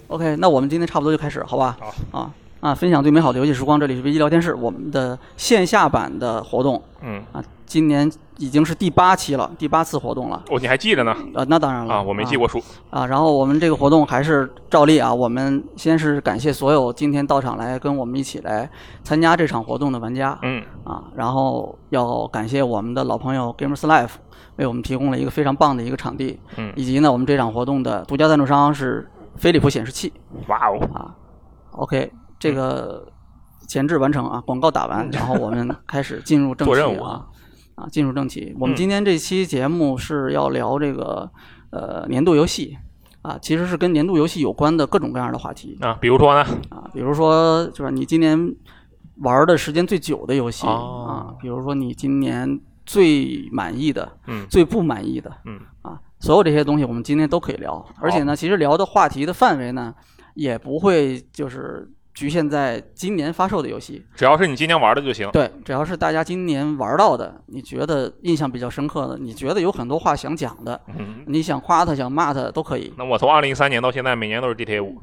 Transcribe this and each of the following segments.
OK， 那我们今天差不多就开始，好吧？ 好分享最美好的游戏时光，这里是危机聊天室，我们的线下版的活动。今年已经是第8期了，第8次活动了。 你还记着呢？ 那当然了。 我没记过数。 然后我们这个活动还是照例啊，我们先是感谢所有今天到场来跟我们一起来参加这场活动的玩家。然后要感谢我们的老朋友 Gamers Life 为我们提供了一个非常棒的一个场地。以及呢，我们这场活动的独家赞助商是飞利浦显示器。 哇哦 ！OK， 这个前置完成啊，广告打完，然后我们开始进入正题做任务进入正题。我们今天这期节目是要聊这个年度游戏其实是跟年度游戏有关的各种各样的话题比如说呢比如说就是你今年玩的时间最久的游戏比如说你今年最满意的最不满意的所有这些东西我们今天都可以聊。而且呢，其实聊的话题的范围呢也不会就是局限在今年发售的游戏， 只要是你今年玩的就行。 对，只要是大家今年玩到的，你觉得印象比较深刻的，你觉得有很多话想讲的，你想夸他想骂他都可以。 那我从2013年到现在每年都是 GTA 5。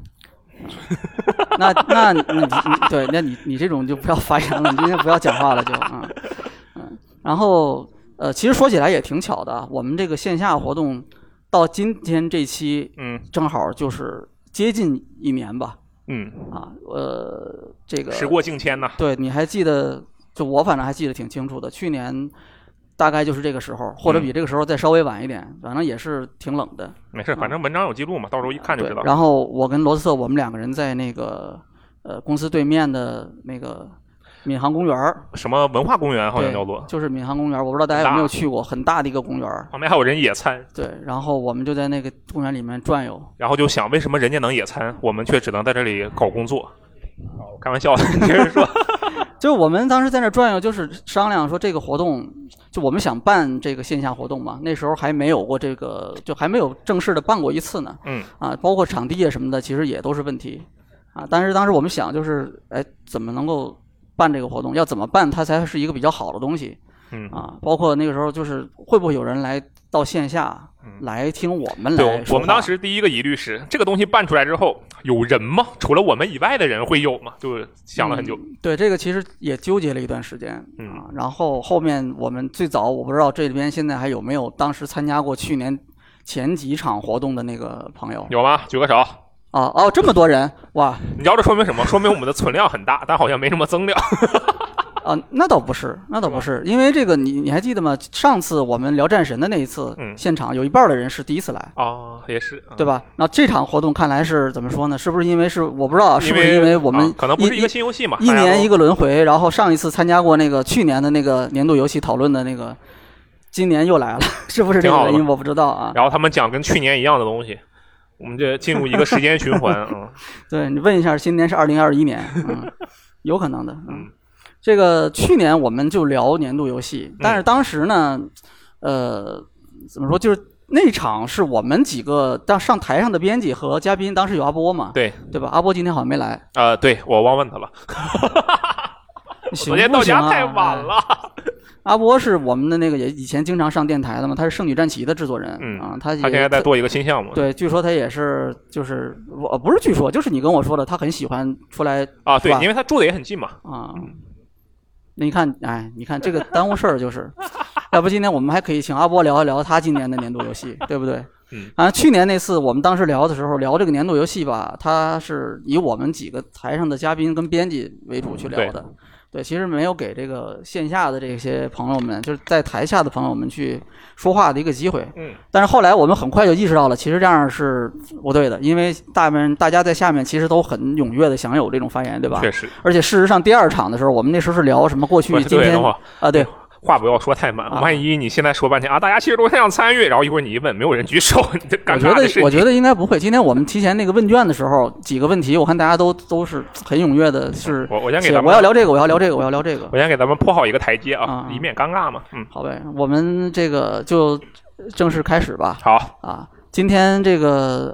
对，那你这种就不要发言了，你今天不要讲话了就然后其实说起来也挺巧的，我们这个线下活动到今天这期正好就是接近1年吧。这个时过境迁呐。 对，你还记得？就我反正还记得挺清楚的。去年大概就是这个时候，或者比这个时候再稍微晚一点，反正也是挺冷的。 没事，反正文章有记录嘛，到时候一看就知道。 然后我跟罗斯特，我们2个人在那个公司对面的那个闵行公园， 什么文化公园好像叫做， 就是闵行公园，我不知道大家有没有去过，很大的一个公园， 旁边还有人野餐。 对，然后我们就在那个公园里面转悠， 然后就想为什么人家能野餐，我们却只能在这里搞工作。开玩笑的，你接着说。 就我们当时在那转悠，就是商量说这个活动，就我们想办这个线下活动嘛，那时候还没有过这个，就还没有正式的办过一次呢。包括场地啊什么的，其实也都是问题但是当时我们想就是，怎么能够办这个活动？要怎么办它才是一个比较好的东西？包括那个时候就是会不会有人来到线下来听我们来说话。 对，我们当时第一个疑虑是这个东西办出来之后有人吗？除了我们以外的人会有吗？就想了很久。 对，这个其实也纠结了一段时间然后后面我们最早我不知道这边现在还有没有当时参加过去年前几场活动的那个朋友。 有吗？举个手。 这么多人哇！ 你知道这说明什么？说明我们的存量很大，但好像没什么增量。 那倒不是，因为这个你还记得吗？上次我们聊战神的那一次，现场有一半的人是第一次来也是， 对吧？那这场活动看来是怎么说呢？是不是因为我不知道，是不是因为我们可能不是一个新游戏嘛？ 一年一个轮回，然后上一次参加过那个去年的那个年度游戏讨论的那个，今年又来了，是不是这个原因？我不知道啊。 然后他们讲跟去年一样的东西。我们这进入一个时间循环对，你问一下，今年是2021年有可能的这个去年我们就聊年度游戏，但是当时呢怎么说，就是那场是我们几个上台上的编辑和嘉宾，当时有阿波嘛，对吧？阿波今天好像没来对，我忘问他了。昨天到家太晚了。 阿波是我们的那个也以前经常上电台的嘛，他是《圣女战旗》的制作人他现在在做一个新项目。 对，据说他也是，就是我不是据说，就是你跟我说的，他很喜欢出来对，因为他住的也很近嘛那你看，你看这个耽误事儿，就是要不今天我们还可以请阿波聊一聊他今年的年度游戏，对不对？去年那次我们当时聊的时候，聊这个年度游戏吧，他是以我们几个台上的嘉宾跟编辑为主去聊的。对，其实没有给这个线下的这些朋友们，就是在台下的朋友们去说话的一个机会。但是后来我们很快就意识到了，其实这样是不对的，因为大家在下面其实都很踊跃的享有这种发言，对吧？ 确实。而且事实上，第2场的时候，我们那时候是聊什么过去、今天对。 话不要说太满，万一你现在说半天大家其实都很想参与，然后一会儿你一问没有人举手，你这尴尬的事情。 我觉得应该不会。今天我们提前那个问卷的时候，几个问题，我看大家都是很踊跃的，是我先给咱们， 我要聊这个，我要聊这个，我要聊这个。 我先给咱们铺好一个台阶以免尴尬嘛。 好呗，我们这个就正式开始吧。 好今天这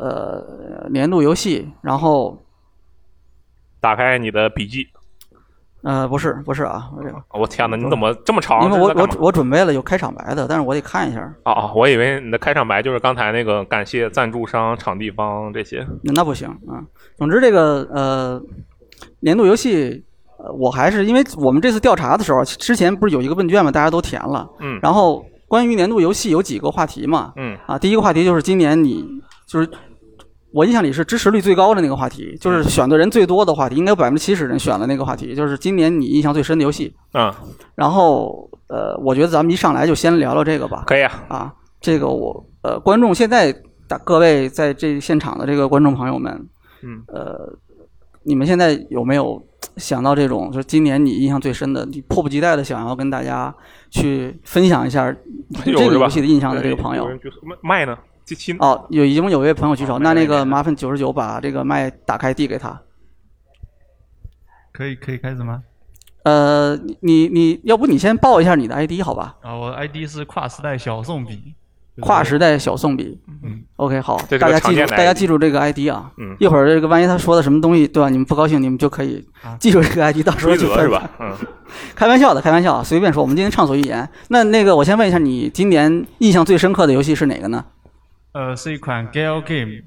个年度游戏，然后打开你的笔记。 不是啊， 我天哪，你怎么这么长？ 因为我准备了有开场白的，但是我得看一下。 我以为你的开场白就是刚才那个感谢赞助商、场地方这些。 那不行啊。总之这个年度游戏，我还是因为我们这次调查的时候，之前不是有一个问卷嘛，大家都填了。然后关于年度游戏有几个话题嘛。第一个话题就是今年你就是。我印象里是支持率最高的那个话题，就是选的人最多的话题，应该有70%人选了那个话题，就是今年你印象最深的游戏。然后我觉得咱们一上来就先聊聊这个吧。 可以啊。 这个我观众现在各位在这现场的这个观众朋友们，你们现在有没有想到这种，就是今年你印象最深的，你迫不及待的想要跟大家去分享一下这个游戏的印象的这个朋友？ 麦呢？ 已经有位朋友举手，那个麻烦99把这个麦打开递给他。 可以开始吗？ 你要不你先报一下你的 ID 好吧？ 我的 ID 是跨时代小宋笔。 跨时代小宋笔。OK 好，大家记住这个 ID 啊。一会儿这个万一他说的什么东西对吧？你们不高兴，你们就可以记住这个 ID，到时候就是吧？ 开玩笑，随便说。我们今天畅所欲言。那个我先问一下，你今年印象最深刻的游戏是哪个呢？ 是一款 Gal Game，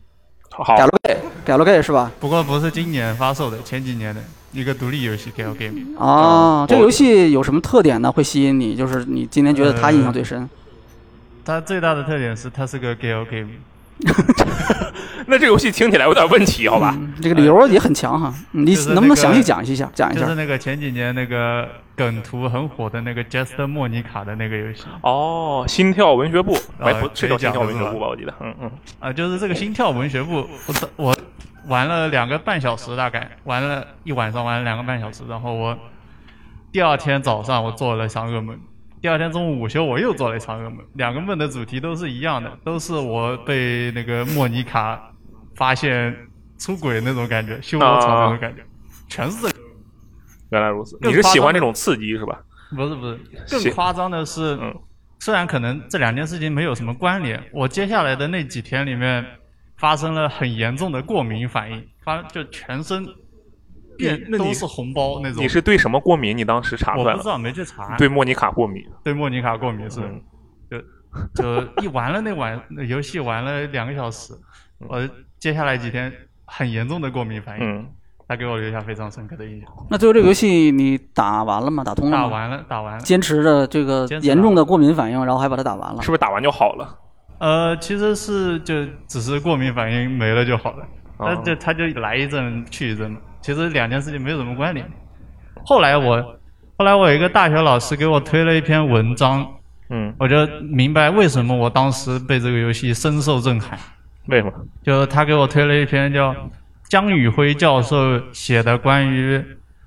Galgame 是吧？ 不过不是今年发售的，前几年的一个独立游戏 Gal Game。 这个游戏有什么特点呢？会吸引你？就是你今年觉得它印象最深？ 它最大的特点是它是个 Gal Game。 那这游戏听起来有点问题，好吧？ 这个理由也很强哈。你能不能详细讲一下？ 就是那个前几年那个梗图很火的那个 Just 莫妮卡的那个游戏。 心跳文学部，是叫心跳文学部吧？我记得。 就是这个心跳文学部，我玩了2个半小时，大概玩了一晚上，玩了2个半小时，然后我第二天早上我做了一场噩梦。第二天中午午休，我又做了一场噩梦，2个梦的主题都是一样的，都是我被那个莫妮卡发现出轨那种感觉，修罗场那种感觉，全是这个。 原来如此，你是喜欢这种刺激是吧？ 不是，更夸张的是，虽然可能这2件事情没有什么关联，我接下来的那几天里面发生了很严重的过敏反应，就全身。都是红包那种。 你是对什么过敏？你当时查出来了？ 我不知道，没去查。 对莫妮卡过敏。 对莫妮卡过敏是，就一玩了那游戏玩了2个小时，我接下来几天很严重的过敏反应，他给我留下非常深刻的印象。 那最后这个游戏你打完了吗？打通了吗？ 打完了。 坚持着这个严重的过敏反应，然后还把它打完了。 是不是打完就好了？ 其实是就只是过敏反应没了就好了，他就来一阵去一阵。其实2件事情没有什么关联。后来我有一个大学老师给我推了一篇文章，我就明白为什么我当时被这个游戏深受震撼。 为什么？ 就他给我推了一篇叫江宇辉教授写的关于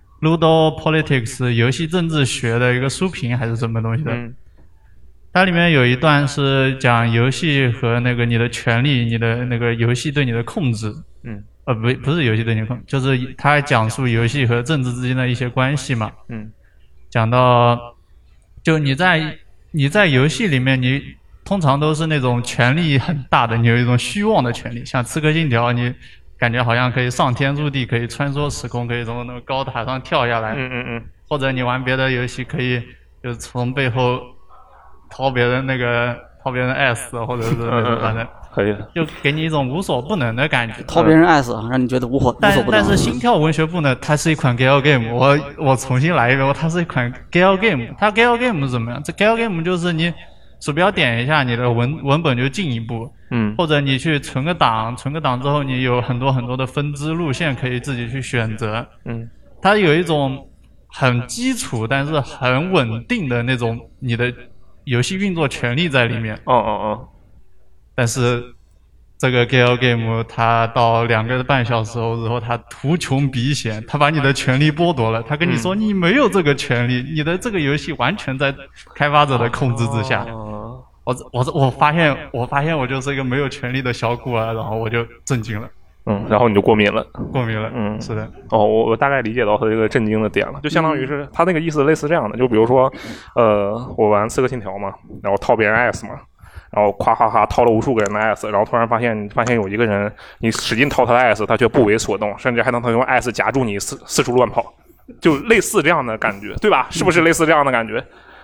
Ludo Politics 游戏政治学的一个书评还是什么东西的。它里面有一段是讲游戏和那个你的权利，你的那个游戏对你的控制。不是游戏对你控，就是他讲述游戏和政治之间的一些关系嘛。讲到，就你在游戏里面，你通常都是那种权力很大的，你有一种虚妄的权力，像刺客信条，你感觉好像可以上天入地，可以穿梭时空，可以从那个高塔上跳下来。或者你玩别的游戏，可以就是从背后掏别人 S， 或者是那种反正。 可以的， 就给你一种无所不能的感觉， 掏别人 S， 让你觉得无所不能。 但是心跳文学部呢，它是一款 Gal Game， 我重新来一遍，它是一款 Gal Game。它 Gal Game 是怎么样？这 Gal Game 就是你鼠标点一下，你的文本就进一步，或者你去存个档之后，你有很多很多的分支路线可以自己去选择。它有一种很基础但是很稳定的那种你的游戏运作权利在里面。但是这个 Gal Game 它到2个半小时之后，它图穷匕现，它把你的权利剥夺了。他跟你说你没有这个权利，你的这个游戏完全在开发者的控制之下。我发现我就是一个没有权利的小股啊，然后我就震惊了。 然后你就过敏了。 是的。 我大概理解到他这个震惊的点了，就相当于是他那个意思类似这样的，就比如说我玩刺客信条嘛，然后套别人 S 嘛。然后夸哈哈掏了无数个人的 S， 然后突然发现有一个人，你使劲掏他的 S， 他却不为所动，甚至还能用 S 夹住你四处乱跑。 就类似这样的感觉，对吧？是不是类似这样的感觉？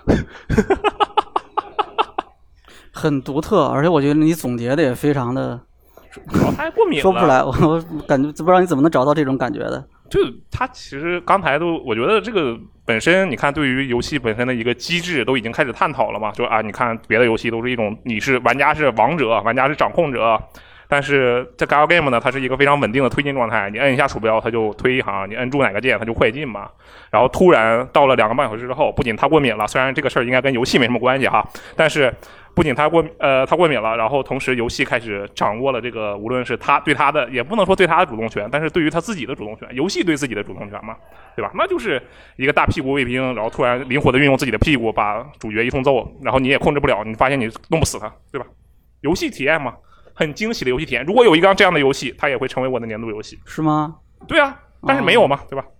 很独特，而且我觉得你总结的也非常的， 他还过敏了， 说不出来，我感觉不知道你怎么能找到这种感觉的。 就他其实刚才我觉得这个本身，你看对于游戏本身的一个机制都已经开始探讨了嘛，就你看别的游戏都是一种你是玩家是王者，玩家是掌控者。但是在 Galgame 呢，它是一个非常稳定的推进状态，你摁一下鼠标它就推一行，你摁住哪个键它就快进嘛。然后突然到了2个半小时之后，不仅它过敏了，虽然这个事儿应该跟游戏没什么关系哈，但是不仅它过敏了，然后同时游戏开始掌握了这个，无论是它对它的，也不能说对它的主动权，但是对于它自己的主动权，游戏对自己的主动权嘛，对吧？那就是一个大屁股卫兵，然后突然灵活的运用自己的屁股把主角一通揍，然后你也控制不了，你发现你弄不死他，对吧？游戏体验嘛。很惊喜的游戏体验，如果有一个这样的游戏，它也会成为我的年度游戏， 是吗？ 对啊，但是没有嘛，对吧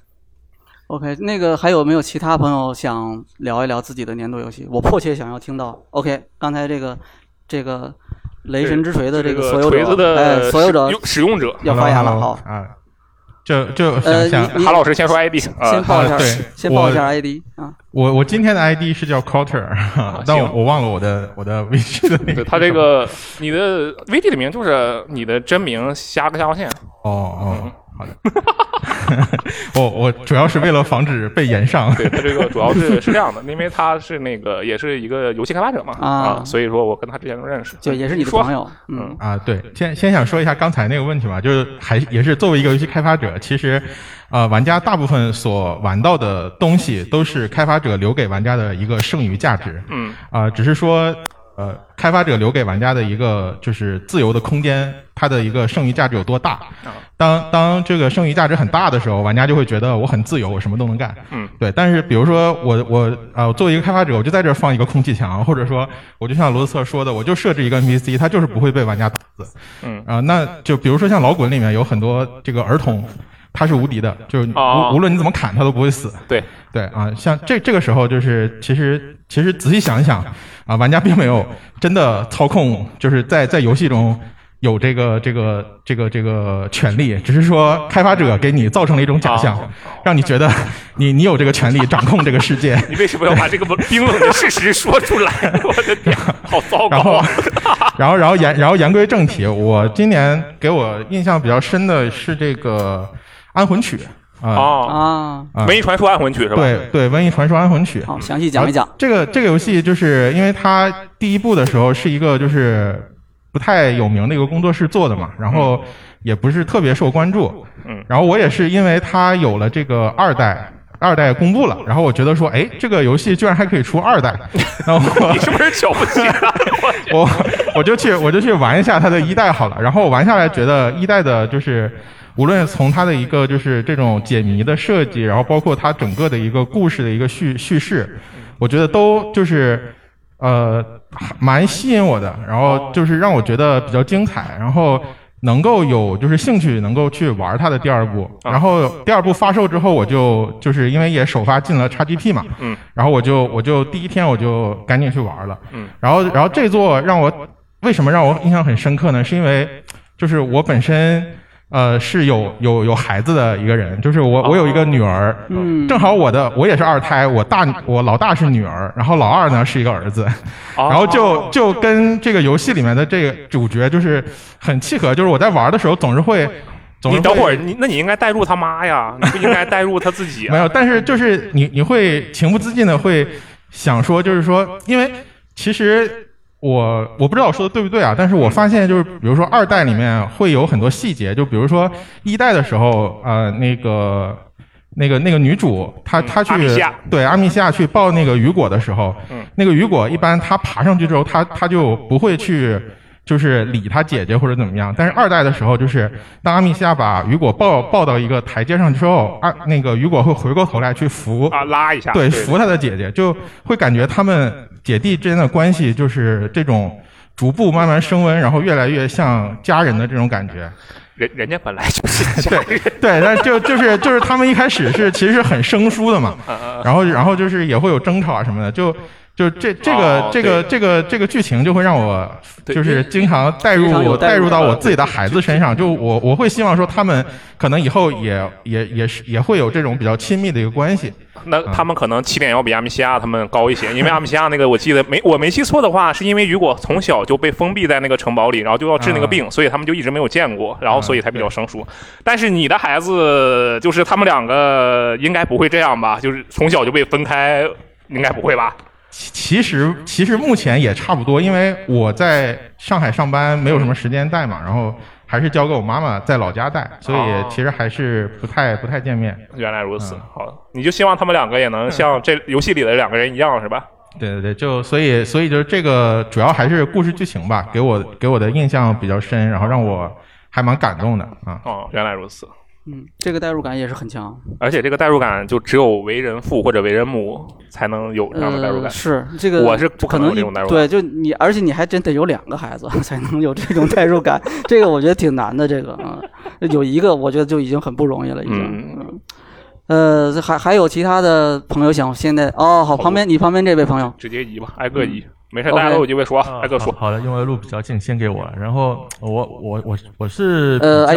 ？OK， 那个还有没有其他朋友想聊一聊自己的年度游戏？我迫切想要听到。OK， 刚才这个雷神之锤的这个所有者，所有者使用者要发言了，好啊。就想韩老师先说 ID， 先报一下，先报一下 ID 啊。 我今天的 ID 是叫 Cotter， 但我忘了我的 VG 的那个。 他这个你的 VG 的名就是你的真名加个下划线。 好的。我主要是为了防止被延上。 对，他这个主要是这样的，因为他是那个也是一个游戏开发者嘛所以说我跟他之前都认识， 就也是你的朋友。 对，先想说一下刚才那个问题嘛，就是也是作为一个游戏开发者，其实玩家大部分所玩到的东西都是开发者留给玩家的一个剩余价值。只是说开发者留给玩家的一个就是自由的空间，它的一个剩余价值有多大？当这个剩余价值很大的时候，玩家就会觉得我很自由，我什么都能干。对。但是比如说我作为一个开发者，我就在这儿放一个空气墙，或者说我就像罗斯特说的，我就设置一个 NPC， 它就是不会被玩家打死。那就比如说像老滚里面有很多这个儿童。他是无敌的，就是无论你怎么砍他都不会死。 对像这个时候就是其实仔细想一想玩家并没有真的操控，就是在游戏中有这个权利，只是说开发者给你造成了一种假象，让你觉得你有这个权利掌控这个世界。 你为什么要把这个冰冷的事实说出来？我的天，好糟糕。 然后言归正题，我今年给我印象比较深的是这个安魂曲瘟疫传说安魂曲是吧？ 对，瘟疫传说安魂曲。 好，详细讲一讲。 这个游戏就是因为它第一部的时候是一个就是不太有名的一个工作室做的嘛，然后也不是特别受关注。然后我也是因为它有了这个二代公布了，然后我觉得说，这个游戏居然还可以出2代，然后你是不是瞧不起他？ 我就去玩一下它的1代好了，然后玩下来觉得1代的就是无论从它的一个就是这种解谜的设计，然后包括它整个的一个故事的一个叙事，我觉得都就是蛮吸引我的，然后就是让我觉得比较精彩，然后能够有就是兴趣能够去玩它的第2部，然后第2部发售之后，我就是因为也首发进了 XGP 嘛，然后我就第一天我就赶紧去玩了，然后这座为什么让我印象很深刻呢？是因为就是我本身是有孩子的一个人，就是我有一个女儿，正好我也是2胎，我老大是女儿，然后老二呢是一个儿子，然后就跟这个游戏里面的这个主角就是很契合，就是我在玩的时候总是会。 你等会儿，那你应该带入他妈呀，你不应该带入他自己啊。 没有，但是就是你会情不自禁的会想说，就是说，因为其实我不知道我说的对不对啊，但是我发现就是比如说2代里面会有很多细节，就比如说1代的时候那个女主她去阿米西亚去抱那个雨果的时候，那个雨果一般她爬上去之后她就不会去就是理她姐姐或者怎么样，但是2代的时候就是当阿米西亚把雨果抱到一个台阶上之后，那个雨果会回过头来去扶拉一下， 对，扶她的姐姐，就会感觉他们姐弟之间的关系就是这种逐步慢慢升温，然后越来越像家人的这种感觉。 人家本来就是家人对，但就是他们一开始其实是很生疏的嘛，然后就是也会有争吵啊什么的， 就这个剧情就会让我就是经常带入到我自己的孩子身上，就我会希望说他们可能以后也会有这种比较亲密的一个关系。 那他们可能起点要比阿米西亚他们高一些，因为阿米西亚那个我记得我没记错的话，是因为雨果从小就被封闭在那个城堡里，然后就要治那个病，所以他们就一直没有见过，然后所以才比较生疏。但是你的孩子就是他们两个应该不会这样吧？就是从小就被分开，应该不会吧？ 其实目前也差不多，因为我在上海上班没有什么时间带嘛，然后还是交给我妈妈在老家带，所以其实还是不太见面。 原来如此，好，你就希望他们两个也能像这游戏里的两个人一样，是吧？ 对，就所以就是这个主要还是故事剧情吧，给我的印象比较深，然后让我还蛮感动的啊。 哦，原来如此。 这个代入感也是很强， 而且这个代入感就只有为人父或者为人母才能有这样的代入感。 是这个， 我是不可能有这种代入感。 对，就你，而且你还真得有2个孩子才能有这种代入感，这个我觉得挺难的。这个有一个我觉得就已经很不容易了，已经。还有其他的朋友想现在好，你旁边这位朋友直接移吧，挨个移。没事，大家都有机会说，挨个说。 好的，因为路比较近，先给我了。然后我是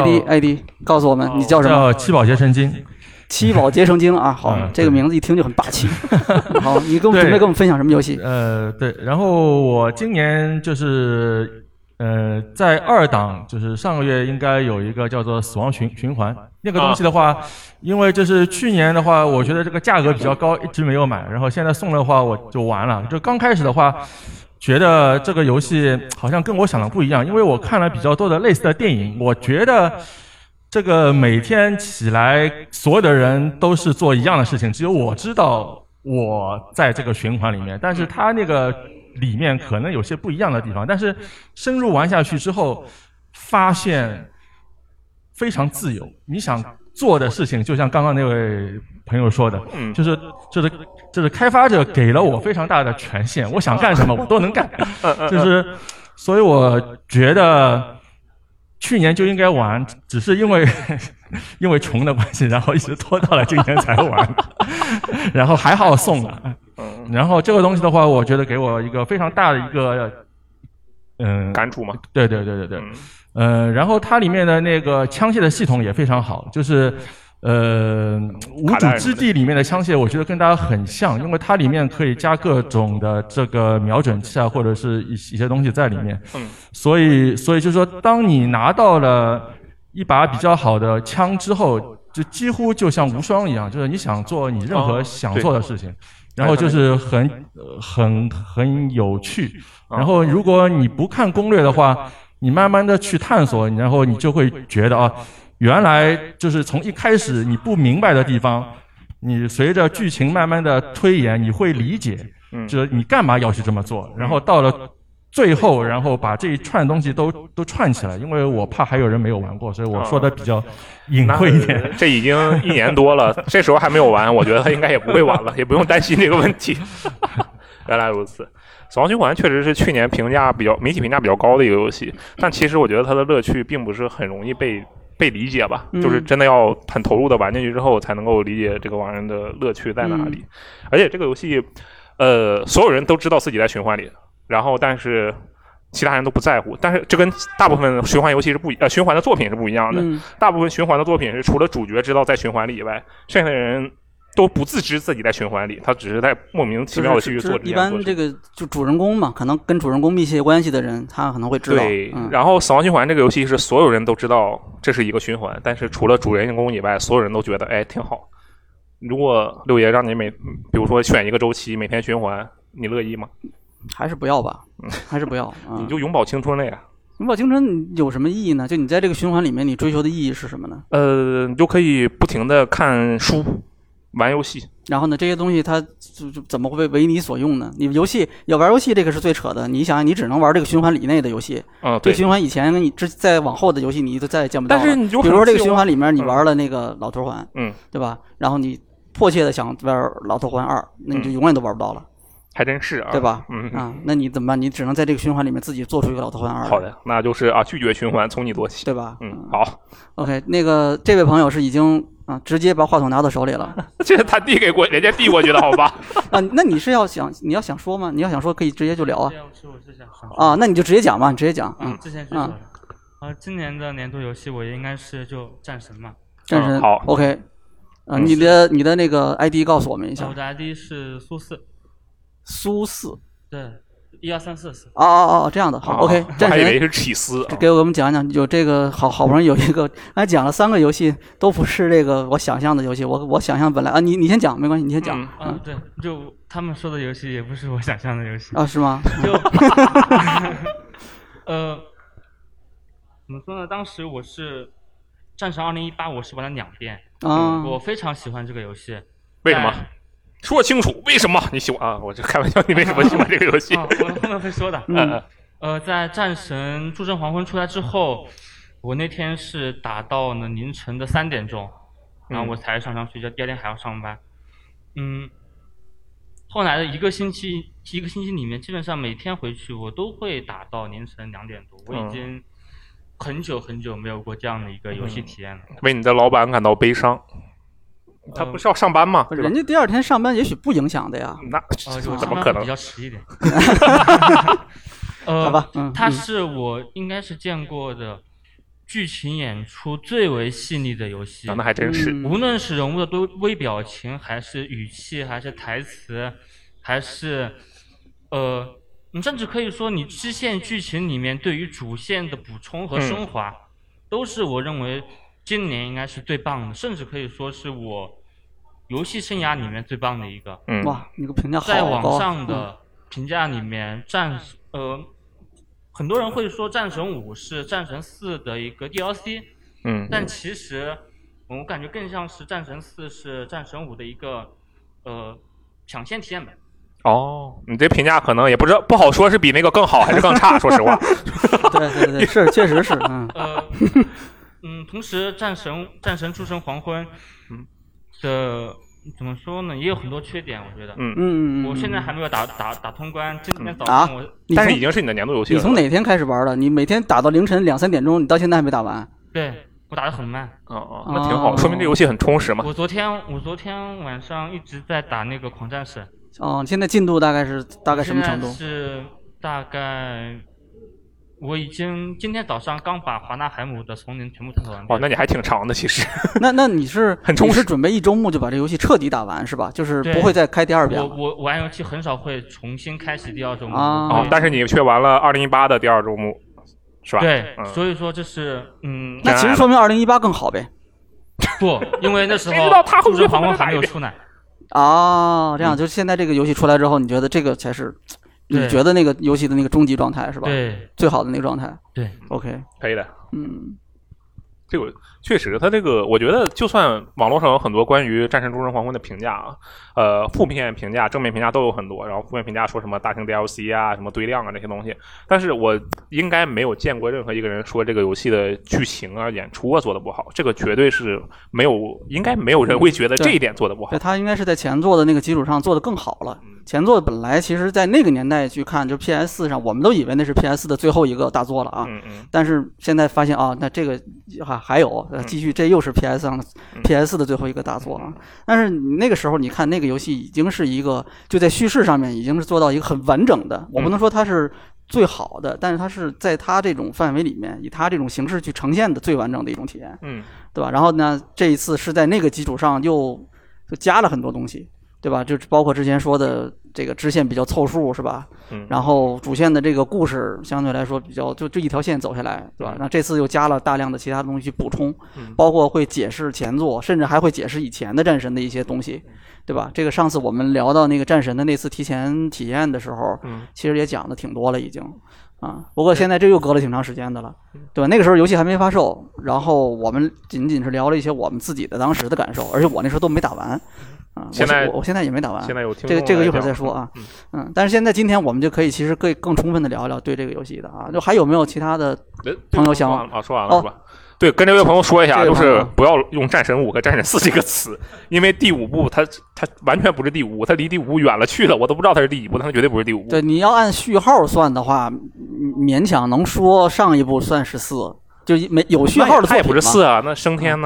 ID 告诉我们你叫什么？ 叫七宝结成精。 七宝结成精啊，好，这个名字一听就很霸气。好，你准备跟我们分享什么游戏？ 对，然后我今年就是在2档，就是上个月应该有一个叫做《死亡循环》那个东西的话，因为就是去年的话，我觉得这个价格比较高，一直没有买，然后现在送的话我就完了。就刚开始的话，觉得这个游戏好像跟我想的不一样，因为我看了比较多的类似的电影，我觉得这个每天起来所有的人都是做一样的事情，只有我知道我在这个循环里面，但是他那个里面可能有些不一样的地方，但是深入玩下去之后发现非常自由，你想做的事情就像刚刚那位朋友说的，就是开发者给了我非常大的权限，我想干什么我都能干，就是所以我觉得去年就应该玩，只是因为穷的关系，然后一直拖到了今年才玩，然后还好送了。然后这个东西的话，我觉得给我一个非常大的一个感触嘛。 对。然后它里面的那个枪械的系统也非常好，就是无主之地里面的枪械，我觉得跟大家很像，因为它里面可以加各种的这个瞄准器啊，或者是一些东西在里面。所以就是说，当你拿到了一把比较好的枪之后，就几乎就像无双一样，就是你想做你任何想做的事情。然后就是很有趣，然后如果你不看攻略的话，你慢慢的去探索，然后你就会觉得原来就是从一开始你不明白的地方，你随着剧情慢慢的推演，你会理解，就是你干嘛要去这么做，然后到了最后，然后把这一串东西都串起来，因为我怕还有人没有玩过，所以我说的比较隐晦一点。 这已经1年多了，这时候还没有玩，我觉得他应该也不会玩了，也不用担心这个问题。原来如此，死亡循环确实是去年媒体评价比较高的一个游戏，但其实我觉得它的乐趣并不是很容易被理解吧，就是真的要很投入的玩进去之后，才能够理解这个玩意的乐趣在哪里。而且这个游戏，所有人都知道自己在循环里。然后，但是其他人都不在乎。但是这跟大部分循环游戏是循环的作品是不一样的。大部分循环的作品是除了主角知道在循环里以外，剩下的人都不自知自己在循环里，他只是在莫名其妙的去做这件事。 一般这个就主人公嘛，可能跟主人公密切关系的人，他可能会知道。 对，然后死亡循环这个游戏是所有人都知道这是一个循环，但是除了主人公以外，所有人都觉得挺好。如果六爷让你比如说选一个周期，每天循环，你乐意吗？ 还是不要吧，还是不要。 你就永葆青春了呀。 永葆青春有什么意义呢？就你在这个循环里面，你追求的意义是什么呢？ 你就可以不停的看书、玩游戏。 然后呢，这些东西它就怎么会为你所用呢？你游戏要玩游戏，这个是最扯的。你想，你只能玩这个循环里内的游戏。这循环以前你再往后的游戏，你都再也见不到了。 但是你就比如说这个循环里面，你玩了那个老头环，对吧？然后你迫切的想玩老头环2，那你就永远都玩不到了。 还真是啊， 对吧？那你怎么办？你只能在这个循环里面自己做出一个老头环2。 好的，那就是拒绝循环，从你做起， 对吧？ 好。 OK， 那个这位朋友是已经啊，直接把话筒拿到手里了。 这是他递给人家递过去的，好吧？ 啊，那你是你要想说吗？你要想说可以直接就聊啊。 我是想说啊，那你就直接讲嘛，你直接讲。 之前就说了。今年的年度游戏我应该是就战神嘛。 战神好 ，OK。你的那个 ID 告诉我们一下。 我的 ID 是苏4。 苏4。 对，12344。 哦，这样的，好 ，OK。战神， 还以为是起司。 给我们讲讲，有这个好不容易有一个，还讲了3个游戏，都不是这个我想象的游戏。我想象本来你先讲没关系，你先讲。 对，就他们说的游戏也不是我想象的游戏。 啊，是吗？ 就怎么说呢？当时我是战神2018，我是玩了2遍。我非常喜欢这个游戏。 为什么？说清楚为什么你喜欢啊？我就开玩笑，你为什么喜欢这个游戏？ 我后面会说的。在战神诸神黄昏出来之后，我那天是打到了凌晨的3点钟，然后我才上床睡觉，第二天还要上班。后来的一个星期里面，基本上每天回去我都会打到凌晨2点多。我已经很久没有过这样的一个游戏体验了。 为你的老板感到悲伤。他不是要上班吗？ 人家第二天上班也许不影响的呀。 那怎么可能？ 比较迟一点。 好吧， 它是我应该是见过的剧情演出最为细腻的游戏。 那还真是。 无论是人物的微表情，还是语气，还是台词，还是你甚至可以说你支线剧情里面对于主线的补充和升华，都是我认为今年应该是最棒的，甚至可以说是我游戏生涯里面最棒的一个。 哇，你个评价好高。 在网上的评价里面，很多人会说战神5是战神4的一个 DLC。但其实我感觉更像是战神4是战神5的一个抢先体验版。 你这评价可能也不好说是比那个更好还是更差，说实话。 对，是确实是。 同时战神诸神黄昏的怎么说呢，也有很多缺点，我觉得。我现在还没有打通关，今天早上但是已经是你的年度游戏了。 你从哪天开始玩的？你每天打到凌晨2、3点钟，你到现在还没打完？ 对，我打得很慢。 那挺好，说明这游戏很充实嘛。 我昨天晚上一直在打那个狂战士。 现在进度大概什么程度？ 是大概。我已经今天早上刚把华纳海姆的丛林全部探索完。 那你还挺长的，其实。 那你是很充实， 你是准备1周末就把这游戏彻底打完是吧？就是不会再开第2遍了。 我玩游戏很少会重新开启第2周末。 但是你却玩了2018的第2周末，是吧？ 对，所以说这是那其实说明2018更好呗。 不，因为那时候诸神黄昏还没有出来。 这样就现在这个游戏出来之后，你觉得这个才是？你觉得那个游戏的那个终极状态是吧？ 对， 最好的那个状态。 对 ，OK， 可以的。这个确实，它这个我觉得，就算网络上有很多关于《战神诸神黄昏》的评价啊，负面评价、正面评价都有很多。然后负面评价说什么大型 DLC 啊、什么堆量啊这些东西，但是我应该没有见过任何一个人说这个游戏的剧情啊、演出啊做得不好。这个绝对是应该没有人会觉得这一点做得不好。 对，他应该是在前作的那个基础上做得更好了。前作本来其实在那个年代去看，就 PS4 上，我们都以为那是 PS4 的最后一个大作了啊。但是现在发现那这个还有继续，这又是 PS 上的 PS4 的最后一个大作啊。但是那个时候你看那个游戏已经是一个就在叙事上面已经是做到一个很完整的，我不能说它是最好的，但是它是在它这种范围里面以它这种形式去呈现的最完整的一种体验，对吧？然后呢，这一次是在那个基础上又加了很多东西。对吧？就包括之前说的这个支线比较凑数，是吧？然后主线的这个故事相对来说比较就一条线走下来，对吧？那这次又加了大量的其他东西去补充，包括会解释前作，甚至还会解释以前的战神的一些东西，对吧？这个上次我们聊到那个战神的那次提前体验的时候，其实也讲的挺多了已经。不过现在这又隔了挺长时间的了，对吧？那个时候游戏还没发售，然后我们仅仅是聊了一些我们自己的当时的感受，而且我那时候都没打完。我现在也没打完， 现在有听这个一会儿再说啊。但是今天我们就可以其实更充分的聊聊对这个游戏的啊。就还有没有其他的朋友想说完了是吧？对，跟这位朋友说一下，就是不要用战神5和战神4这个词，因为第5部它完全不是第5部，它离第5部远了去了，我都不知道它是第几部，但它绝对不是第5部。 对，你要按序号算的话，勉强能说上一部算是4，就有序号的作品嘛。 它也不是4啊，那升天呢？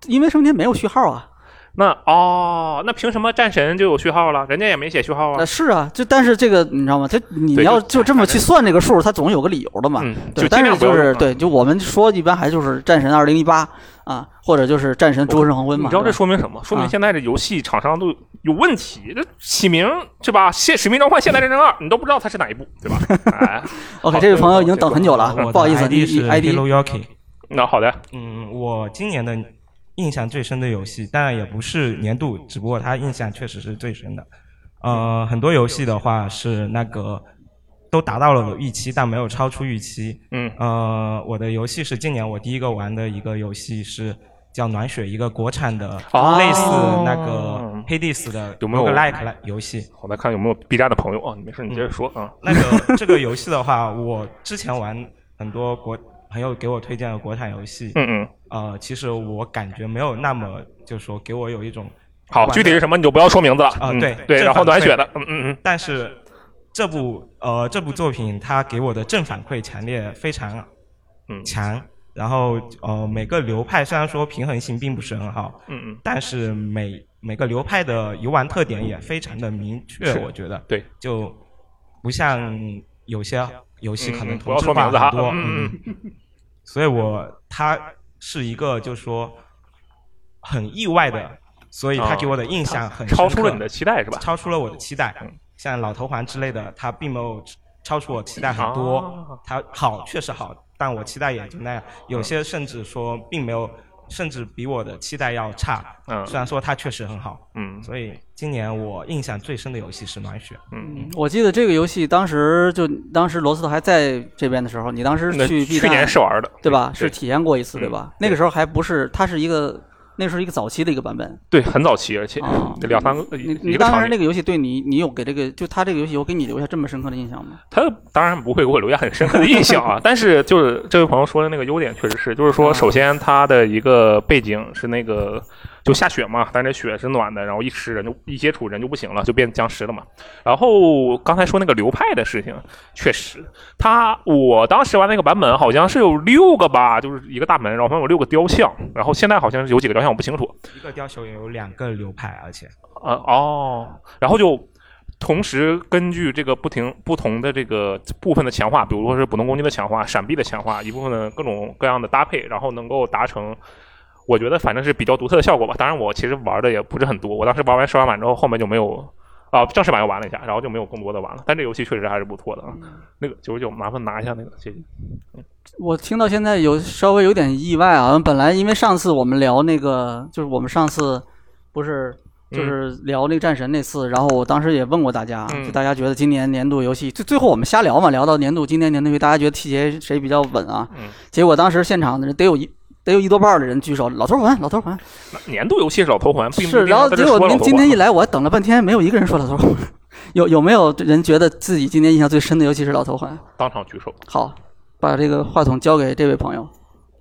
因为生天没有序号啊。 那凭什么战神就有序号了？人家也没写序号啊。 是啊，但是这个你知道吗？你要就这么去算这个数，它总有个理由的嘛。对，但是就是对，就我们说一般还就是战神2018啊，或者就是战神诸神黄昏嘛。 你知道这说明什么？说明现在的游戏厂商都有问题。这起名是吧？使命召唤现代战争2，你都不知道它是哪一部，对吧 ？OK， 这位朋友已经等很久了，不好意思， 你 ID。 那好的。 我今年的印象最深的游戏，当然也不是年度，只不过它印象确实是最深的。很多游戏的话是那个都达到了预期，但没有超出预期。我的游戏是今年我第一个玩的一个游戏是叫暖血，一个国产的类似那个Hades的有没有 roguelike 游戏？ 我来看有没有 B 站的朋友啊，没事，你接着说啊。 那个这个游戏的话，我之前玩很多朋友给我推荐的国产游戏，其实我感觉没有那么，就是说给我有一种好具体是什么你就不要说名字了对，然后暖血的， 但是这部作品它给我的正反馈强烈，非常强，然后每个流派虽然说平衡性并不是很好，但是每个流派的游玩特点也非常的明确，我觉得对， 就不像有些游戏可能不要说名字哈， 所以它是一个就是说很意外的，所以它给我的印象很深刻， 超出了你的期待是吧？ 超出了我的期待，像老头环之类的，它并没有超出我期待很多，它好确实好，但我期待也就那样，有些甚至说并没有，甚至比我的期待要差。虽然说它确实很好。所以今年我印象最深的游戏是暖血。 我记得这个游戏当时罗斯特还在这边的时候，你当时去 B 站， 去年试玩的， 对吧？是体验过一次，对吧？那个时候还不是，它是一个。那是一个早期的一个版本， 对，很早期，而且2-3个。 你当时那个游戏对你有给这个，就他这个游戏有给你留下这么深刻的印象吗？ 他当然不会给我留下很深刻的印象啊，但是就是这位朋友说的那个优点确实是，就是说首先它的一个背景是那个就下雪嘛，但是雪是暖的，然后一吃人就一接触人就不行了，就变僵尸了嘛。然后刚才说那个流派的事情，确实，我当时玩那个版本好像是有6个吧，就是一个大门，然后有6个雕像，然后现在好像是有几个雕像我不清楚。 一个雕像有2个流派，而且然后就同时根据这个不同的这个部分的强化，比如说是普通攻击的强化、闪避的强化，一部分的各种各样的搭配，然后能够达成。我觉得反正是比较独特的效果吧。当然，我其实玩的也不是很多。我当时玩完试玩版之后，后面就没有正式版又玩了一下，然后就没有更多的玩了。但这游戏确实还是不错的啊。那个99，麻烦拿一下那个，谢谢。 我听到现在稍微有点意外啊。本来因为上次我们聊那个，就是我们上次不是就是聊那个战神那次，然后我当时也问过大家，就大家觉得今年年度游戏，最后我们瞎聊嘛，聊到今年年度游戏，大家觉得 TGA 谁比较稳啊？结果当时现场的人得有1多半的人举手，老头环。 年度游戏是老头环， 是。然后结果您今天一来，我还等了半天，没有一个人说老头环。有没有人觉得自己今年印象最深的游戏是老头环？ 当场举手。 好，把这个话筒交给这位朋友。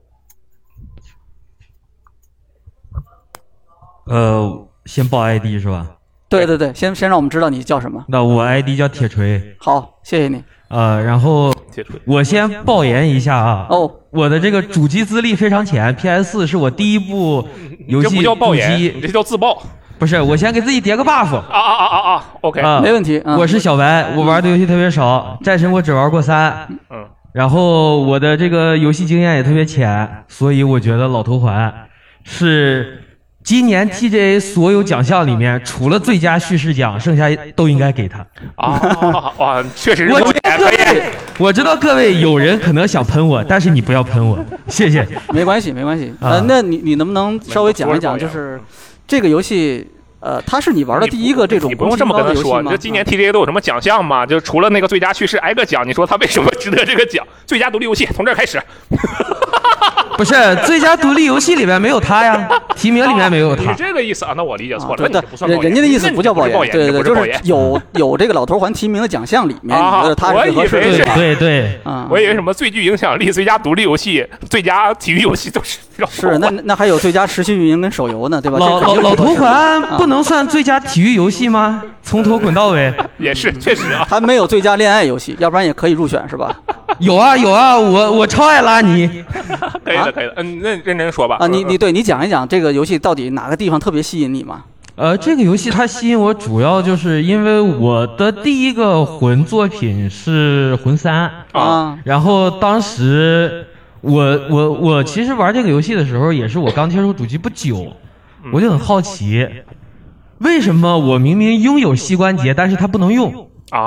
先报 ID 是吧？ 对，先让我们知道你叫什么。 那我 ID 叫铁锤。 好，谢谢你。 然后我先爆言一下啊。我的这个主机资历非常浅 ，PS4 是我第一部游戏。 这不叫爆言，你这叫自爆。 不是，我先给自己叠个 buff。 OK， 没问题。 我是小白，我玩的游戏特别少，战神我只玩过3。然后我的这个游戏经验也特别浅，所以我觉得老头环是今年 TGA 所有奖项里面，除了最佳叙事奖，剩下都应该给他。 确实是。 我知道各位有人可能想喷我，但是你不要喷我，谢谢。 没关系。那你能不能稍微讲一讲，就是这个游戏？它是你玩的第一个这种， 你不用这么跟他说。这今年 TGA 都有什么奖项吗？就除了那个最佳叙事挨个奖，你说他为什么值得这个奖？最佳独立游戏从这儿开始。 不是最佳独立游戏里面没有他呀，提名里面没有他。 你是这个意思啊？那我理解错了。 人家的意思不叫爆言，对，就是有这个老头环提名的奖项里面，你觉得他是合适的？ 对， 我以为什么最具影响力、最佳独立游戏、最佳体育游戏都是。 是，那还有最佳持续运营跟手游呢，对吧？ 老头环不能算最佳体育游戏吗？从头滚到尾。 也是确实啊， 还没有最佳恋爱游戏，要不然也可以入选是吧？ 有啊有啊，我超爱拉尼。 可以的可以的，那认真说吧。 啊，你讲一讲这个游戏到底哪个地方特别吸引你嘛？ 这个游戏它吸引我，主要就是因为我的第一个魂作品是魂3 啊， 然后当时我其实玩这个游戏的时候，也是我刚接触主机不久，我就很好奇，为什么我明明拥有膝关节，但是它不能用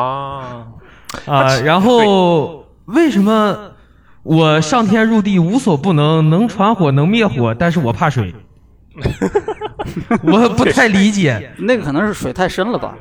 然后为什么我上天入地无所不能，能传火能灭火，但是我怕水？我不太理解， 那个可能是水太深了吧？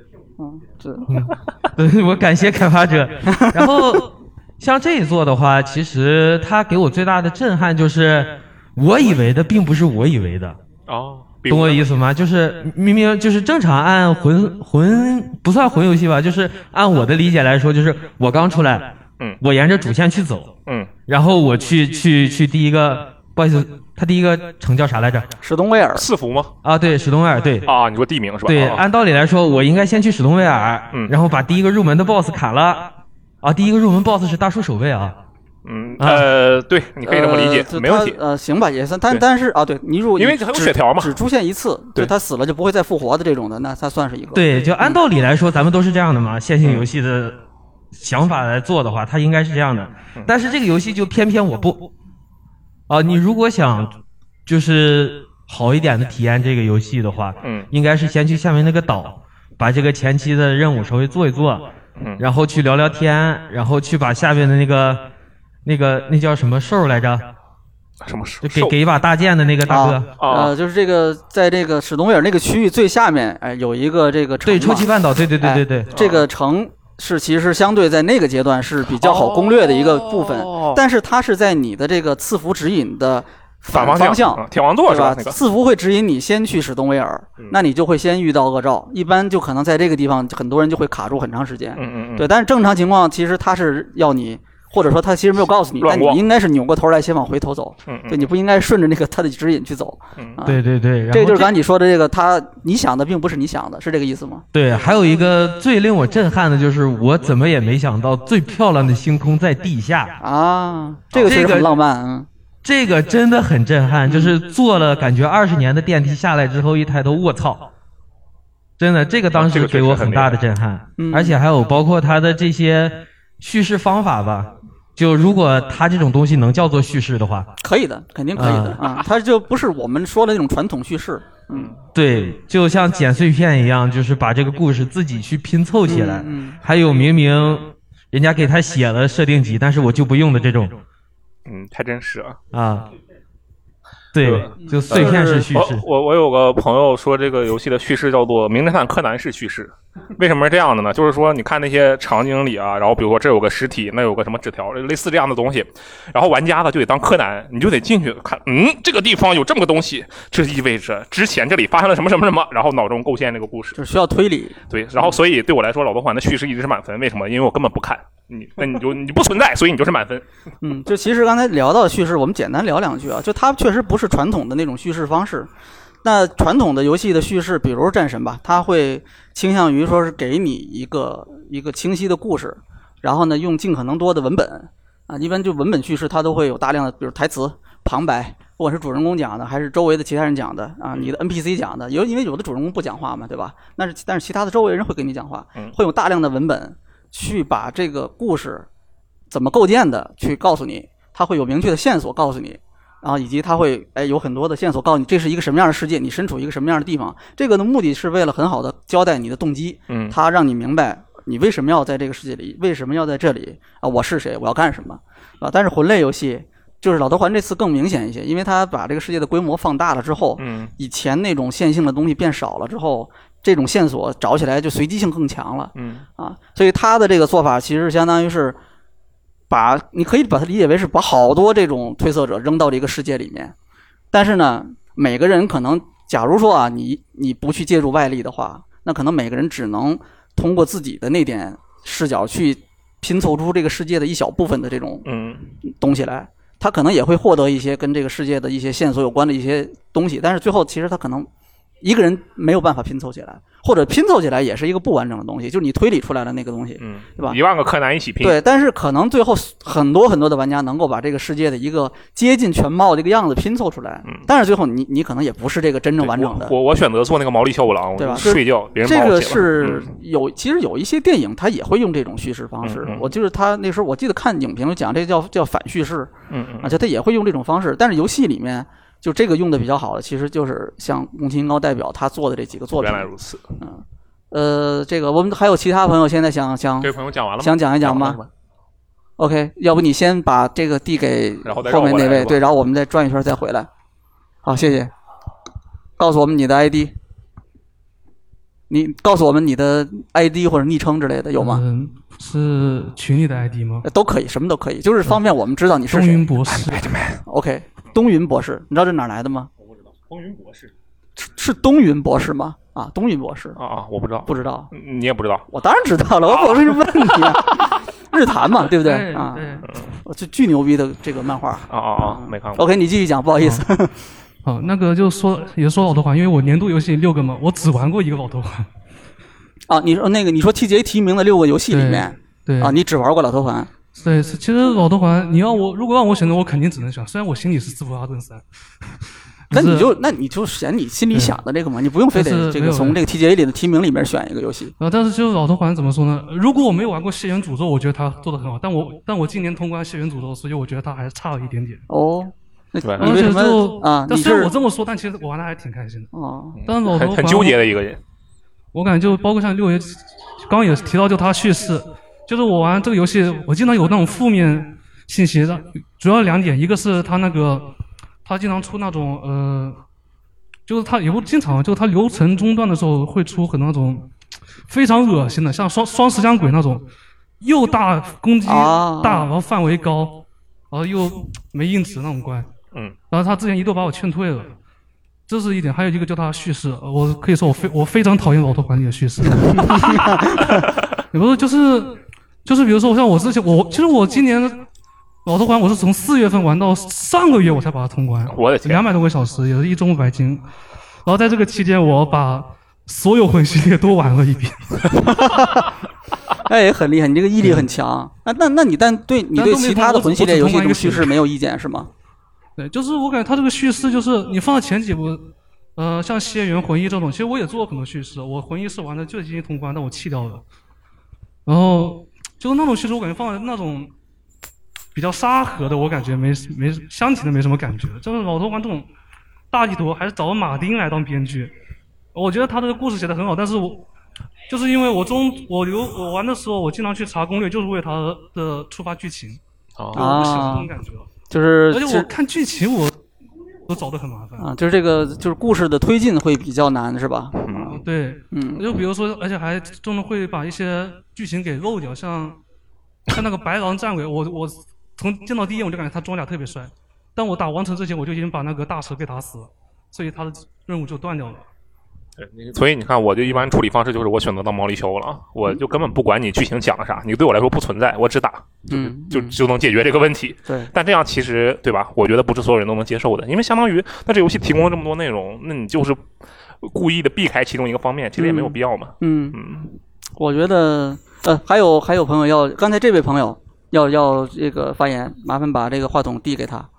对，我感谢开发者。然后像这一座的话，其实它给我最大的震撼就是，我以为的并不是我以为的。懂我意思吗？就是明明就是正常按魂不算魂游戏吧，就是按我的理解来说，就是我刚出来，我沿着主线去走，然后我去第一个，不好意思，他第一个城叫啥来着？ 史东威尔。 四福吗？ 啊，对，史东威尔，对。 啊，你说地名是吧？ 对，按道理来说，我应该先去史东威尔，然后把第一个入门的 BOSS 砍了。第一个入门 BOSS 是大叔守卫啊。 对，你可以这么理解，没问题。 行吧，也算。但是对你因为还有血条嘛， 只出现一次，就他死了就不会再复活的这种的，那他算是一个。 对，就按道理来说，咱们都是这样的嘛。线性游戏的想法来做的话，它应该是这样的。但是这个游戏就偏偏我不。你如果想就是好一点的体验这个游戏的话，应该是先去下面那个岛，把这个前期的任务稍微做一做，然后去聊聊天，然后去把下面的那叫什么兽来着？ 什么兽？ 给一把大剑的那个大哥。就是这个，在这个史东威尔那个区域最下面，有一个这个城。 对，抽气半岛，对。 这个城是其实相对在那个阶段是比较好攻略的一个部分，但是它是在你的这个赐福指引的反方向， 铁王座是吧？ 赐福会指引你先去史东威尔，那你就会先遇到恶兆，一般就可能在这个地方很多人就会卡住很长时间。对，但是正常情况其实它是要你。或者说他其实没有告诉你，但你应该是扭过头来先往回头走，对，你不应该顺着那个他的指引去走。 对， 这就是刚才你说的这个，你想的并不是你想的，是这个意思吗？ 对，还有一个最令我震撼的就是，我怎么也没想到最漂亮的星空在地下啊，这个确实很浪漫。 这个真的很震撼，就是坐了感觉20年的电梯下来之后，一抬头，卧操！真的，这个当时给我很大的震撼，而且还有包括他的这些叙事方法吧。就如果它这种东西能叫做叙事的话， 可以的，肯定可以的它就不是我们说的那种传统叙事。 对，就像剪碎片一样，就是把这个故事自己去拼凑起来。还有明明人家给他写了设定集，但是我就不用的这种。 太真实了啊。对，就碎片式叙事。 我有个朋友说，这个游戏的叙事叫做《名侦探柯南式叙事》。为什么是这样的呢？就是说，你看那些场景里啊，然后比如说这有个尸体，那有个什么纸条，类似这样的东西，然后玩家呢就得当柯南，你就得进去看，这个地方有这么个东西，这意味着之前这里发生了什么什么什么，然后脑中构建这个故事， 就需要推理。 对，然后所以对我来说，老头环的叙事一直是满分。为什么？因为我根本不看。你不存在，所以你就是满分。 就其实刚才聊到叙事，我们简单聊两句啊。就它确实不是传统的那种叙事方式。那传统的游戏的叙事，比如战神吧，它会倾向于说是给你一个清晰的故事，然后呢用尽可能多的文本啊，一般就文本叙事它都会有大量的，比如台词、旁白，不管是主人公讲的还是周围的其他人讲的啊，你的 NPC 讲的，因为有的主人公不讲话嘛，对吧？但是其他的周围人会给你讲话，会有大量的文本。去把这个故事怎么构建的去告诉你，它会有明确的线索告诉你，然后以及它会有很多的线索告诉你这是一个什么样的世界，你身处一个什么样的地方。这个的目的是为了很好的交代你的动机，它让你明白你为什么要在这个世界里，为什么要在这里啊？我是谁？我要干什么啊？但是魂类游戏就是老头环这次更明显一些，因为它把这个世界的规模放大了之后，以前那种线性的东西变少了之后。这种线索找起来就随机性更强了，所以他的这个做法其实相当于是你可以把它理解为是把好多这种推测者扔到这个世界里面，但是呢，每个人可能，假如说啊，你不去借助外力的话，那可能每个人只能通过自己的那点视角去拼凑出这个世界的一小部分的这种东西来，他可能也会获得一些跟这个世界的一些线索有关的一些东西，但是最后其实他可能一个人没有办法拼凑起来，或者拼凑起来也是一个不完整的东西，就是你推理出来的那个东西，对吧 ？1万个柯南一起拼。 对，但是可能最后很多的玩家能够把这个世界的一个接近全貌的一个样子拼凑出来，但是最后你可能也不是这个真正完整的。 我选择做那个毛利小五郎， 对吧？ 睡觉，别人这个是其实有一些电影它也会用这种叙事方式。我就是他那时候我记得看影评讲这叫反叙事，而且他也会用这种方式，但是游戏里面。就这个用的比较好的，其实就是像宫崎英高代表他做的这几个作品。 原来如此。 这个我们还有其他朋友现在想这位朋友讲完了吗？ 想讲一讲吗 ？OK， 要不你先把这个递给后面那位，对，然后我们再转一圈再回来。好，谢谢。告诉我们你的 ID， 你告诉我们你的 ID 或者昵称之类的有吗？ 是群里的 ID 吗？ 都可以，什么都可以，就是方便我们知道你是谁。 东云博士。 OK。东云博士，你知道这哪来的吗？ 我不知道。东云博士是东云博士吗？啊，东云博士我不知道， 不知道， 你也不知道？ 我当然知道了，我是问你啊，日坛嘛，对不对啊？我这巨牛逼的这个漫画没看过。 OK， 你继续讲，不好意思。 好，那个就说老头环，因为我年度游戏6个嘛，我只玩过一个老头环。 啊，你说那个，你说 TGA 提名的6个游戏里面， 对啊，你只玩过老头环。 对，其实老头环，如果让我选择，我肯定只能选。虽然我心里是斯普拉顿3， 那你就选你心里想的这个嘛，你不用非得这个从这个 TGA 里的提名里面选一个游戏。 但是就是老头环怎么说呢？如果我没有玩过《血缘诅咒》，我觉得他做的很好。但我今年通关《血缘诅咒》，所以我觉得他还差了一点点。 哦， 而且就但虽然我这么说，但其实我玩的还挺开心的。但是老头环很纠结的一个人。 我感觉就包括像6爷刚也提到，就他叙事。就是我玩这个游戏，我经常有那种负面信息的，主要2点，一个是他经常出那种就是他也不经常，就是他流程中断的时候会出很多那种非常恶心的，像双石像鬼那种，又大攻击大，然后范围高，然后又没硬直那种怪。然后他之前一度把我劝退了，这是一点。还有一个就他叙事，我可以说我非常讨厌老头环里的叙事。也不是就是比如说像我之前其实我今年老头环我是从4月份玩到上个月我才把它通关， 我的天， 200多个小时，也是1中5白金。然后在这个期间，我把所有魂系列都玩了一遍。 哎，很厉害，你这个毅力很强。那你对其他的魂系列游戏这个叙事没有意见是吗？ 对，就是我感觉它这个叙事就是你放到前几部，像血缘魂一这种，其实我也做过很多叙事。我魂一是玩的最接近通关，但我弃掉了。然后就是那种叙事，我感觉放在那种比较沙盒的，我感觉没箱体的没什么感觉。就是老头环这种大地图，还是找了马丁来当编剧。我觉得他的故事写得很好，但是就是因为我玩的时候，我经常去查攻略，就是为他的触发剧情。我不喜欢这种感觉。而且我看剧情我都找得很麻烦啊，就是这个就是故事的推进会比较难，是吧？ 对，就比如说，而且还真的会把一些剧情给漏掉，像那个白狼战鬼，我从见到第一眼我就感觉他装甲特别帅，但我打王城之前我就已经把那个大蛇给打死了，所以他的任务就断掉了。 所以你看，我就一般处理方式就是我选择当毛利修了，我就根本不管你剧情讲啥，你对我来说不存在，我只打，就能解决这个问题。 对， 但这样其实对吧？我觉得不是所有人都能接受的，因为相当于那这游戏提供了这么多内容，那你就是故意的避开其中一个方面，其实也没有必要嘛。 我觉得还有朋友刚才这位朋友要这个发言，麻烦把这个话筒递给他。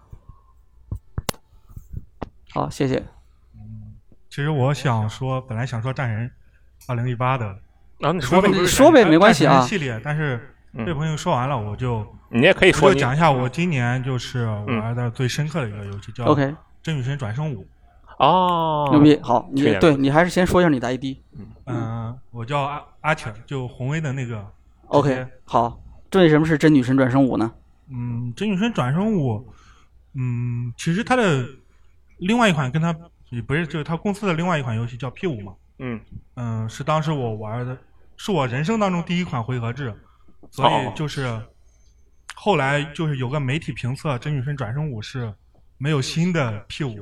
好，谢谢。 其实我本来想说战神2018的你说呗，没关系啊。 系列，但是这朋友说完了， 你也可以说， 我就讲一下我今年就是玩的最深刻的一个游戏，叫《真女神转生5》。 哦， 牛逼！好，你还是先说一下你的 ID。 我叫阿铁，就红威的那个。 OK， 好，这为什么是真女神转生5呢？ 真女神转生5，其实它的另外一款跟它不是，就是他公司的另外一款游戏叫 P5 嘛。是当时我玩的，是我人生当中第一款回合制，所以就是后来就是有个媒体评测，真女神转生5是没有新的 P5。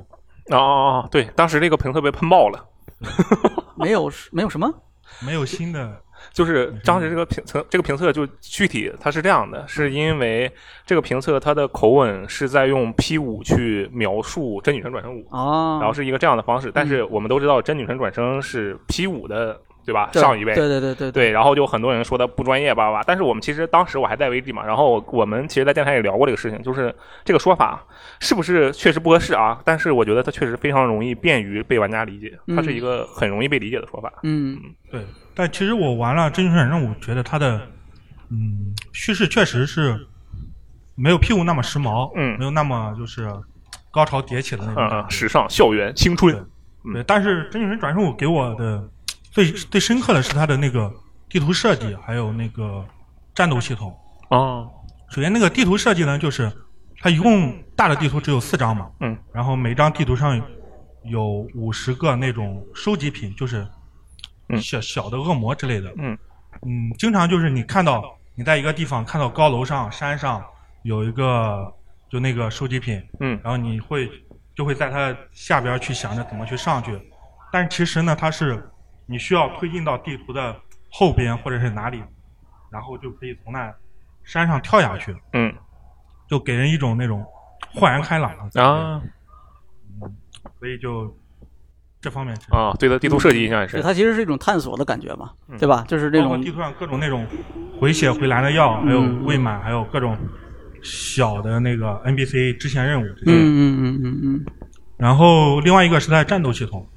对，当时这个评测被喷爆了。 没有什么？ 没有新的就是当时这个评测就具体它是这样的，是因为这个评测它的口吻是在用 P5 去描述真女神转生舞然后是一个这样的方式，但是我们都知道真女神转生是 P5 的。对吧？上一位， 对， 然后就很多人说他不专业吧，但是我们其实当时我还在 VG 嘛，然后我们其实，在电台也聊过这个事情，就是这个说法是不是确实不合适啊？但是我觉得它确实非常容易便于被玩家理解，它是一个很容易被理解的说法。 对。但其实我玩了真女神转生舞，觉得它的叙事确实是没有 P5 那么时髦，没有那么就是高潮迭起的那种时尚、校园、青春。 对，但是真女神转生舞给我的最深刻的是它的那个地图设计，还有那个战斗系统。首先那个地图设计呢，就是它一共大的地图只有4张嘛，然后每张地图上有50个那种收集品，就是小的恶魔之类的。经常就是你在一个地方看到高楼上、山上有一个就那个收集品，然后你就会在它下边去想着怎么去上去，但是其实呢，它是你需要推进到地图的后边或者是哪里，然后就可以从那山上跳下去。就给人一种那种豁然开朗的感觉。所以就这方面对的，地图设计印象也是。 它其实是一种探索的感觉嘛，对吧？就是那种地图上各种那种回血回蓝的药，还有未满，还有各种小的那个 NPC 支线任务这些。然后另外一个是它的战斗系统。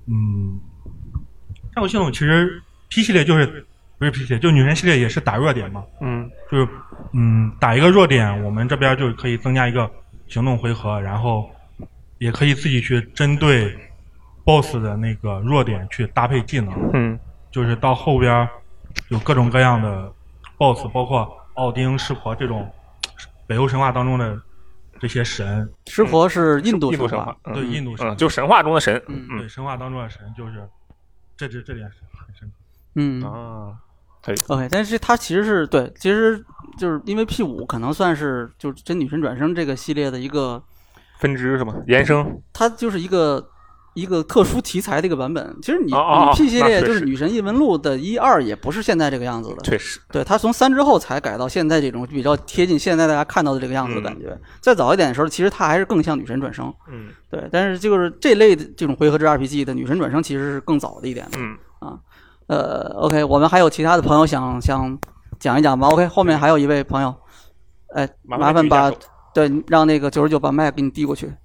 战斗系统其实 P 系列不是 P 系列，就女神系列也是打弱点嘛。就是打一个弱点，我们这边就可以增加一个行动回合，然后也可以自己去针对 BOSS 的那个弱点去搭配技能。就是到后边有各种各样的 BOSS， 包括奥丁、湿婆这种北欧神话当中的这些神。 湿婆是印度神话， 对，印度神， 就神话中的神。 对，神话当中的神就是这点是很深刻。 OK， 但是它其实是对，其实就是因为 P5 可能算是就是真女神转生这个系列的一个分支是吗？延伸。 它就是一个特殊题材的一个版本。其实你 P 系列就是女神异闻录的1、2也不是现在这个样子的。 确实。 对，它从3之后才改到现在这种比较贴近现在大家看到的这个样子的感觉。再早一点的时候，其实它还是更像女神转生。对，但是就是这类的这种回合制 RPG 的女神转生其实是更早的一点的。OK， 我们还有其他的朋友想讲一讲吗 ？OK， 后面还有一位朋友，麻烦让那个99把麦给你递过去。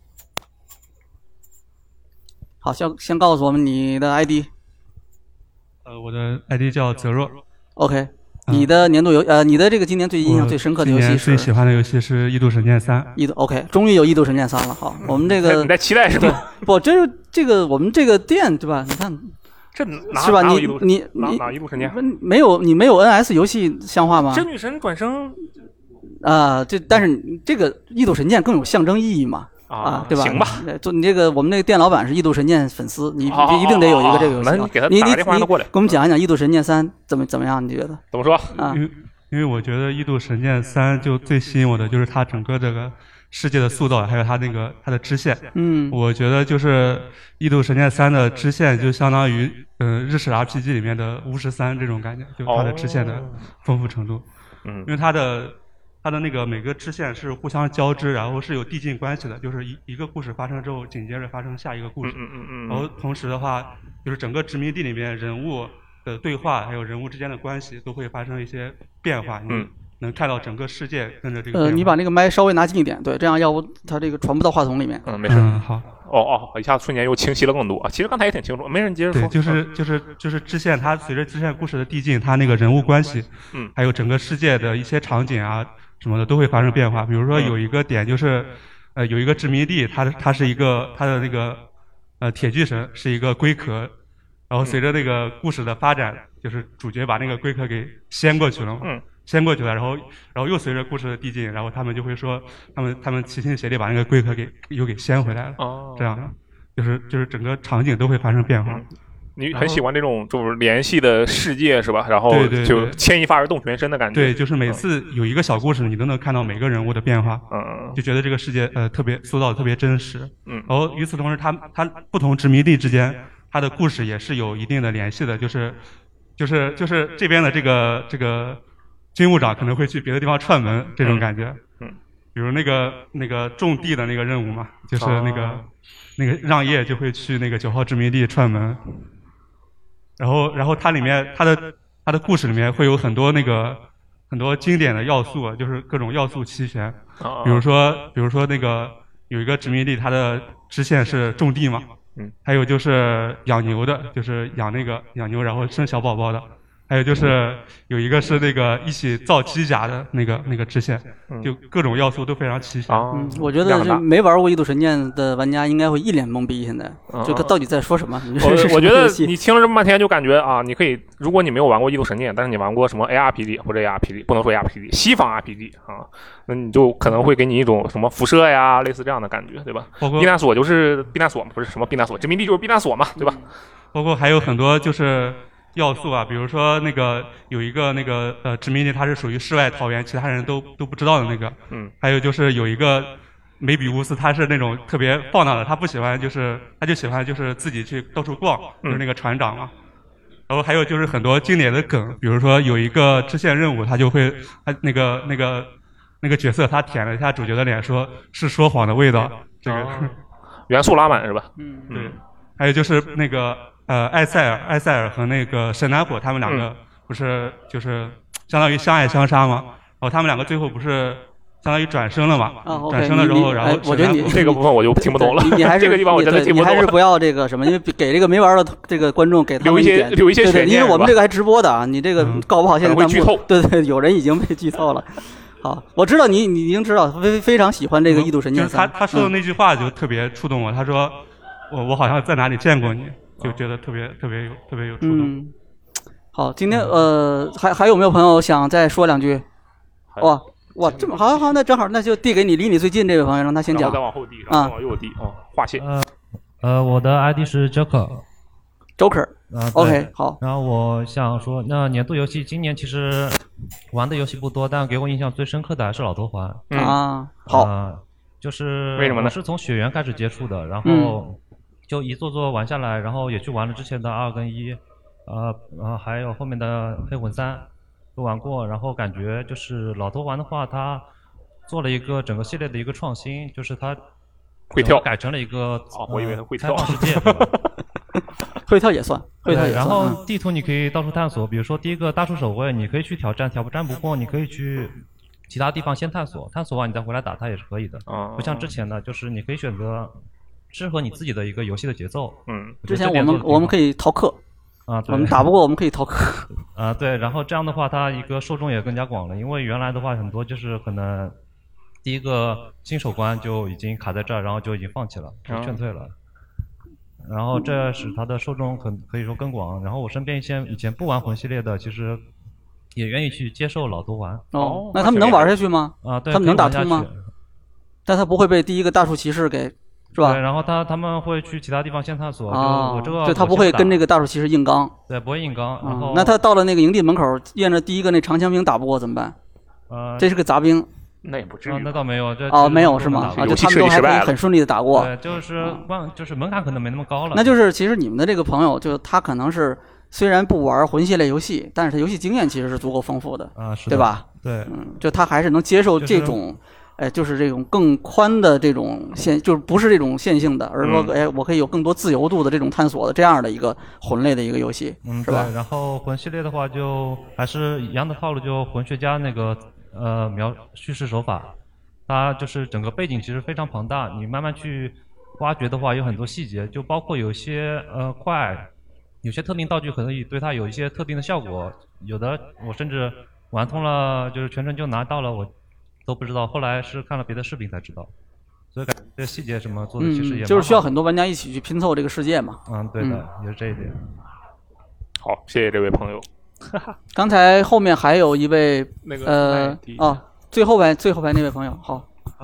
好，先告诉我们你的 ID。 我的 ID 叫泽若。 OK， 你的年度你的这个今年最印象最深刻的游戏是？ 今年最喜欢的游戏是《异度神剑3》。 OK， 终于有《异度神剑3》了。好，我们这个你在期待是吗？ 不，这个我们这个店对吧？你看。 这是吧？ 你哪一度神剑？ 没有 NS 游戏像话吗？ 真女神转生但是这个异度神剑更有象征意义嘛？对吧？ 行吧。 就你这个我们那个店老板是异度神剑粉丝，你一定得有一个这个游戏。 你给他打个电话，他过来。 给我们讲一讲异度神剑3怎么样？你觉得？ 怎么说？ 因为我觉得异度神剑3就最吸引我的就是它整个这个世界的塑造，还有它的支线。我觉得就是异度神剑3的支线就相当于日式 RPG 里面的巫师3这种感觉，就它的支线的丰富程度。因为它的那个每个支线是互相交织，然后是有递进关系的，就是一个故事发生之后，紧接着发生下一个故事。然后同时的话，就是整个殖民地里面人物的对话，还有人物之间的关系都会发生一些变化。能看到整个世界跟着这个。 你把那个麦稍微拿近一点，对，这样要不它这个传不到话筒里面。 没事。 好。 一下瞬间又清晰了更多。其实刚才也挺清楚，没人接着说。 对，就是支线，它随着支线故事的递进，它那个人物关系，还有整个世界的一些场景啊什么的都会发生变化。比如说有一个点就是，有一个殖民地，它是一个它的那个铁巨神是一个龟壳，然后随着那个故事的发展，就是主角把那个龟壳给掀过去了嘛。掀过去了，然后又随着故事的递进，然后他们就会说，他们齐心协力把那个龟壳又给掀回来了。这样的，就是整个场景都会发生变化。 你很喜欢这种就是联系的世界是吧？然后就牵一发而动全身的感觉。 对，就是每次有一个小故事，你都能看到每个人物的变化。就觉得这个世界特别塑造的特别真实。然后与此同时，它不同殖民地之间，它的故事也是有一定的联系的，就是。 就是这边的这个军务长可能会去别的地方串门这种感觉。比如那个种地的那个任务嘛，就是那个让业就会去那个9号殖民地串门。然后它里面它的故事里面会有很多经典的要素，就是各种要素齐全。比如说那个有一个殖民地，它的支线是种地嘛，还有就是养牛的，就是养牛然后生小宝宝的，还有就是有一个是那个一起造机甲的那个支线，就各种要素都非常齐全。 我觉得这没玩过《异度神剑》的玩家应该会一脸懵逼，现在这个到底在说什么？ 我觉得你听了这么半天，就感觉啊，你可以，如果你没有玩过《异度神剑》，但是你玩过什么 ARPG 或者 ARPG， 不能说 ARPG， 西方 RPG 啊，那你就可能会给你一种什么辐射呀，类似这样的感觉，对吧？避难所就是避难所，不是什么避难所，殖民地就是避难所嘛，对吧？ 包括还有很多就是要素啊，比如说那个有一个殖民地，它是属于世外桃源，其他人都不知道的那个。还有就是有一个梅比乌斯，他是那种特别放荡的，他就喜欢就是自己去到处逛，就是那个船长嘛。然后还有就是很多经典的梗，比如说有一个支线任务，他那个角色他舔了一下主角的脸，说是说谎的味道，这个元素拉满是吧？ 对。还有就是那个艾塞尔和那个神南火他们两个不是就是相当于相爱相杀吗？然后他们两个最后不是相当于转生了嘛？转生了之后，然后我觉得你这个部分我就听不懂了。 你还是这个地方我真的听不懂。 你还是不要这个什么，因为给这个没玩的这个观众给他们留一些悬念， 因为我们这个还直播的啊，你这个搞不好现在会剧透。 对，有人已经被剧透了。好，我知道你已经知道非常喜欢这个《异度神剑3》。 他说的那句话就特别触动我，他说我好像在哪里见过你。就觉得特别有触动。 好，今天还有没有朋友想再说两句？哇，这么好，那正好，那就递给你离你最近这位朋友，让他先讲。 再往后递，然后往右递划线。 我的 ID 是 Joker。OK， 好。 然后我想说，那年度游戏今年其实玩的游戏不多，但给我印象最深刻的还是《老头环》。 好。 就是为什么呢？ 我是从血缘开始接触的，然后就一座座玩下来，然后也去玩了之前的2跟1，还有后面的黑魂3都玩过，然后感觉就是老头环的话，它做了一个整个系列的一个创新，就是它会跳改成了一个我以为它会跳开放世界， 会跳也算，会跳也算。 然后地图你可以到处探索，比如说第一个大树守卫，你可以去挑战不过，你可以去其他地方先探索完你再回来打它也是可以的。不像之前的，就是你可以选择适合你自己的一个游戏的节奏。 之前我们可以逃课啊， 我们打不过我们可以逃课啊，对。然后这样的话，它一个受众也更加广了，因为原来的话很多就是可能第一个新手关就已经卡在这儿，然后就已经放弃了，就劝退了。然后这使它的受众可以说更广。然后我身边一些以前不玩魂系列的，其实也愿意去接受老头环。 那他们能玩下去吗？ 对， 他们能打通吗？但他不会被第一个大树骑士给是吧？ 对，然后他们会去其他地方先探索。我这个对，他不会跟这个大树骑士硬刚。 对，不会硬刚。然后那他到了那个营地门口，验着第一个那长枪兵打不过怎么办？这是个杂兵。 那也不至于。 那倒没有。 没有是吗？就他们都还可以很顺利的打过。 对，就是门槛可能没那么高了。 那就是其实你们的这个朋友，就他可能是虽然不玩魂系列游戏，但是他游戏经验其实是足够丰富的，对吧？ 对， 就他还是能接受这种。就是这种更宽的这种就是不是这种线性的，而是说，我可以有更多自由度的这种探索的这样的一个魂类的一个游戏，是吧？ 对。然后魂系列的话，就还是一样的套路，就魂学家那个叙事手法，它就是整个背景其实非常庞大，你慢慢去挖掘的话，有很多细节，就包括有些有些特定道具可能对它有一些特定的效果，有的我甚至玩通了，就是全程就拿到了我。都不知道，后来是看了别的视频才知道，所以感觉这细节什么做的其实也就是需要很多玩家一起去拼凑这个世界嘛。 对的，也是这一点。 好，谢谢这位朋友。 刚才后面还有一位那个最后排那位朋友，好。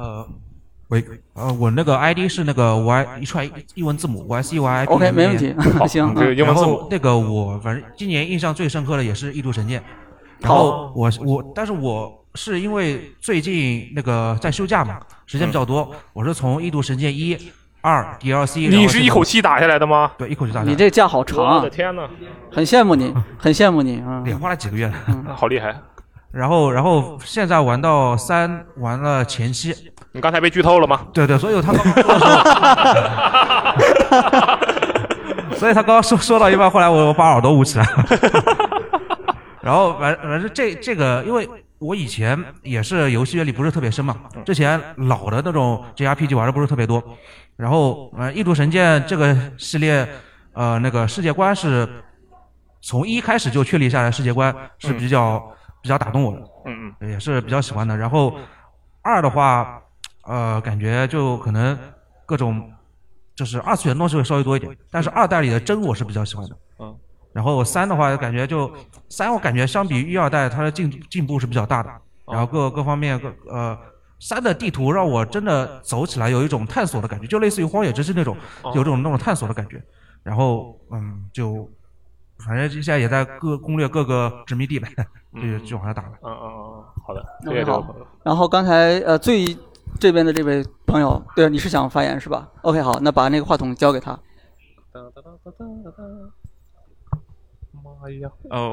我那个 ID 是那个 Y 一串英文字母 YCY。 OK， 没问题。行。 然后那个我反正今年印象最深刻的也是《异度神剑》，然后但是我是因为最近那个在休假嘛，时间比较多，我是从《异度神剑1》 2 DLC。 你是一口气打下来的吗？ 对，一口气打下来。 你这架好长啊！ 我的天哪， 很羡慕你，很羡慕你啊！ 也花了几个月， 好厉害。 然后现在玩到3，玩了前期。 你刚才被剧透了吗？ 对，所以他刚刚说的时候，所以他刚刚说到一半，后来我把耳朵捂起来了。然后反正这个，因为我以前也是游戏阅历不是特别深嘛，之前老的那种 JRPG 玩的不是特别多。然后异度神剑这个系列，那个世界观是从1开始就确立下来，世界观是比较打动我的，也是比较喜欢的。然后2的话，感觉就可能各种就是二次元的东西会稍微多一点，但是2代里的真我是比较喜欢的。然后3的话，感觉就3，我感觉相比于1、2代，它的进步是比较大的。然后各方面3的地图让我真的走起来有一种探索的感觉，就类似于荒野之息那种，有那种探索的感觉。然后就反正现在也在攻略各个殖民地呗，就往下打了。 好的， 谢谢好。然后刚才最这边的这位朋友，对，你是想发言是吧 ？OK， 好，那把那个话筒交给他。 妈呀！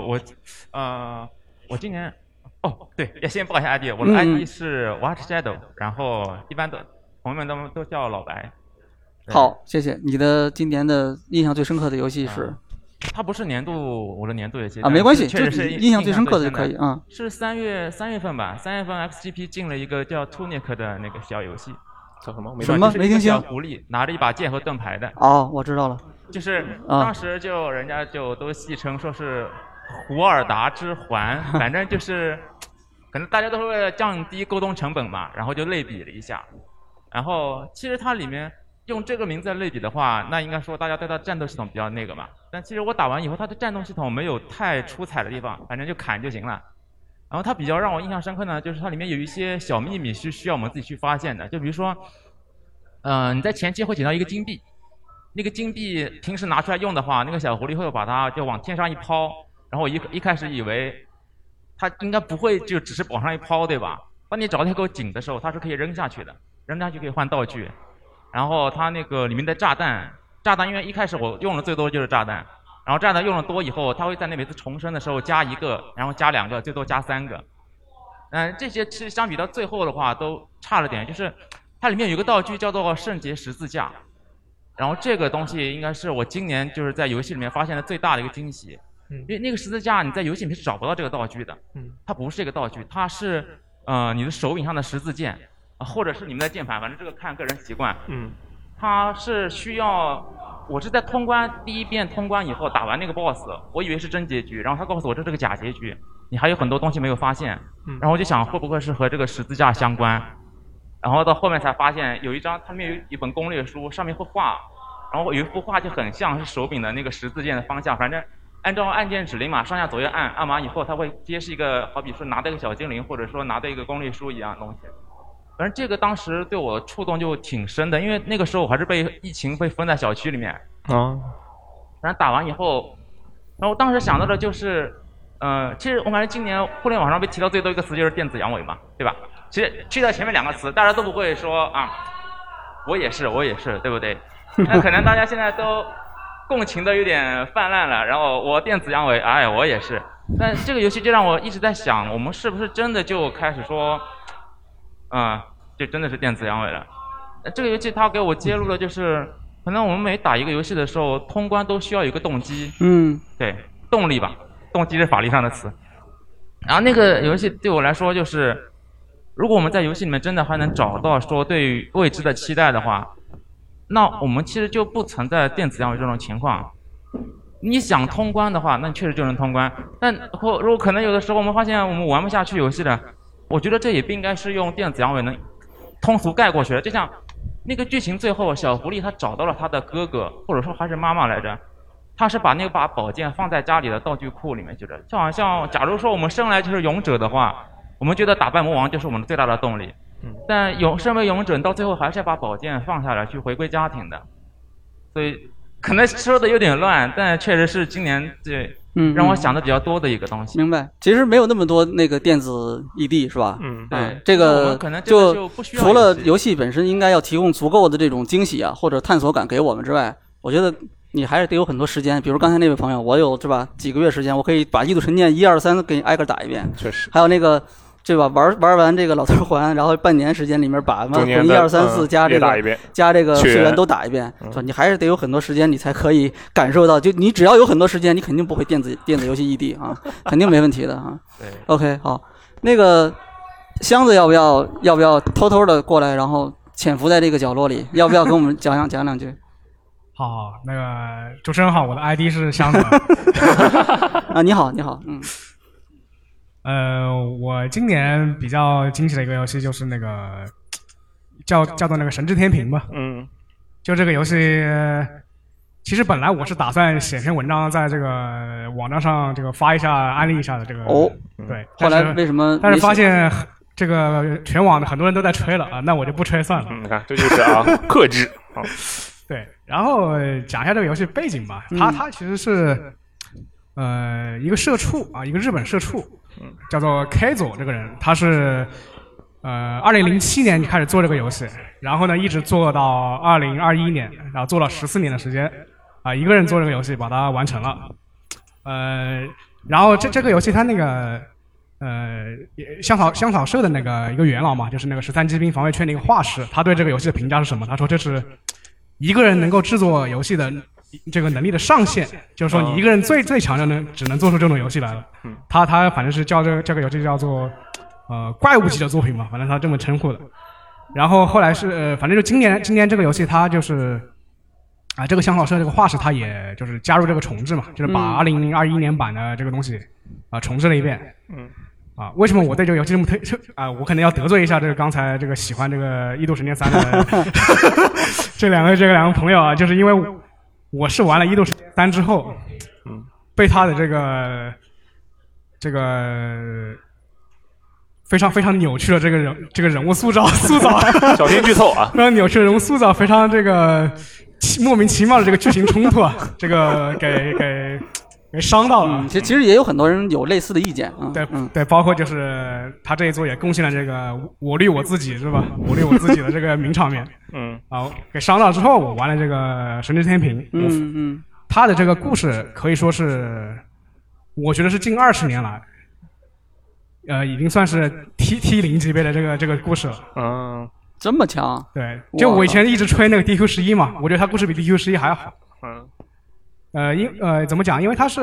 我今年对，要先报一下 ID， 我的 ID 是 Watch Shadow， 然后一般的朋友们都叫老白。 好，谢谢。你的今年的印象最深刻的游戏是？ 它不是我的年度游戏没关系， 确实是印象最深刻的就可以啊。 是3月份吧，3月份 XGP 进了一个叫 Tunic 的那个小游戏。 叫什么？ 什么？没听清。 小狐狸拿着一把剑和盾牌的。 哦，我知道了。 就是当时人家就都戏称说是胡尔达之环，反正就是可能大家都是为了降低沟通成本嘛，然后就类比了一下。然后其实它里面用这个名字来类比的话，那应该说大家对它战斗系统比较那个嘛。但其实我打完以后，它的战斗系统没有太出彩的地方，反正就砍就行了。然后它比较让我印象深刻呢，就是它里面有一些小秘密是需要我们自己去发现的。就比如说，你在前期会捡到一个金币，那个金币平时拿出来用的话，那个小狐狸会把它就往天上一抛，然后我一开始以为它应该不会就只是往上一抛，对吧？当你找到一口井的时候，它是可以扔下去的，扔下去可以换道具。然后它那个里面的炸弹因为一开始我用的最多就是炸弹，然后炸弹用的多以后，它会在那每次重生的时候加1个，然后加2个，最多加3个。这些其实相比到最后的话都差了点，就是它里面有个道具叫做圣洁十字架，然后这个东西应该是我今年就是在游戏里面发现的最大的一个惊喜。因为那个十字架你在游戏里面是找不到这个道具的，它不是一个道具，它是你的手柄上的十字键，或者是你们的键盘，反正这个看个人习惯。它是需要，我是在第一遍通关以后打完那个 boss， 我以为是真结局，然后他告诉我这是个假结局，你还有很多东西没有发现，然后我就想会不会是和这个十字架相关，然后到后面才发现有一张，它里面有一本攻略书，上面会画，然后有一幅画就很像是手柄的那个十字键的方向，反正按照按键指令嘛，上下左右按完以后，它会揭示一个好比说拿到一个小精灵，或者说拿到一个攻略书一样的东西。反正这个当时对我触动就挺深的，因为那个时候我还是被疫情被封在小区里面。反正打完以后，然后当时想到的就是，其实我感觉今年互联网上被提到最多一个词就是电子阳痿嘛，对吧？其实去掉前面2个词，大家都不会说啊，我也是，对不对？那可能大家现在都共情的有点泛滥了，然后我电子阳痿，哎，我也是。但这个游戏就让我一直在想，我们是不是真的就开始说，就真的是电子阳痿了？这个游戏它给我揭露的就是，可能我们每打一个游戏的时候，通关都需要有一个动机。对，动力吧，动机是法律上的词。然后那个游戏对我来说就是，如果我们在游戏里面真的还能找到说对于未知的期待的话，那我们其实就不存在电子阳痿这种情况。你想通关的话，那确实就能通关。但如果可能有的时候我们发现我们玩不下去游戏了，我觉得这也不应该是用电子阳痿能通俗盖过去的。就像那个剧情最后，小狐狸他找到了他的哥哥，或者说还是妈妈来着，他是把那把宝剑放在家里的道具库里面去的。就好像假如说我们生来就是勇者的话，我们觉得打败魔王就是我们最大的动力。但身为勇者，到最后还是要把宝剑放下来去回归家庭的。所以可能说的有点乱，但确实是今年对让我想的比较多的一个东西。 明白，其实没有那么多那个电子ED 是吧？ 对， 这个可能就不需要除了游戏本身应该要提供足够的这种惊喜啊或者探索感给我们之外，我觉得你还是得有很多时间。比如刚才那位朋友，我有是吧几个月时间，我可以把《异度神剑》1、2、3给你挨个打一遍。 确实。 还有那个。对吧？玩完这个老头环，然后半年时间里面把魂1、2、3、4加这个加这个血缘都打一遍，是吧？你还是得有很多时间，你才可以感受到。就你只要有很多时间，你肯定不会电子游戏ED啊，肯定没问题的啊。 对 ，OK， 好，那个箱子要不要偷偷的过来，然后潜伏在这个角落里？要不要跟我们讲两句？ 好，那个主持人好，我的 ID 是箱子。 啊，你好， 我今年比较惊喜的一个游戏就是那个叫做那个《神之天平》吧。就这个游戏，其实本来我是打算写篇文章在这个网站上这个发一下安利一下的这个。对。 后来为什么？ 但是发现这个全网的很多人都在吹了啊，那我就不吹算了。 你看，这就是啊，克制啊。 对，然后讲一下这个游戏背景吧。它其实是一个社畜啊，一个日本社畜。叫做 K 佐这个人，他是2007年开始做这个游戏，然后呢一直做到2021年，然后做了14年的时间，一个人做这个游戏把它完成了。然后这个游戏它那个香草社的那个一个元老嘛，就是那个13机兵防卫圈的一个画师，他对这个游戏的评价是什么？他说这是一个人能够制作游戏的这个能力的上限，就是说你一个人最强的呢，只能做出这种游戏来了。他反正是叫这个游戏叫做怪物级的作品嘛，反正他这么称呼的。然后后来是反正就今年这个游戏他就是这个香草社这个画师他也就是加入这个重置嘛，就是把2021年版的这个东西重置了一遍。为什么我对这个游戏这么我可能要得罪一下这个刚才这个喜欢这个《异度神剑3》的这两个朋友啊，就是因为我是玩了《异度神剑3》之后，被他的这个非常扭曲的这个人物塑造， 小心剧透啊！ 非常扭曲的人物塑造，非常这个莫名其妙的这个剧情冲突啊，这个给伤到了。 其实也有很多人有类似的意见啊。 对，包括就是他这一作也贡献了这个我绿我自己是吧？我绿我自己的这个名场面。给伤到之后，我玩了这个《神之天平》。他的这个故事可以说是，我觉得是近20年来，已经算是 T0级别的这个故事了。 这么强？ 对，就我以前一直吹那个 DQ11嘛，我觉得他故事比 DQ11还要好。怎么讲？因为它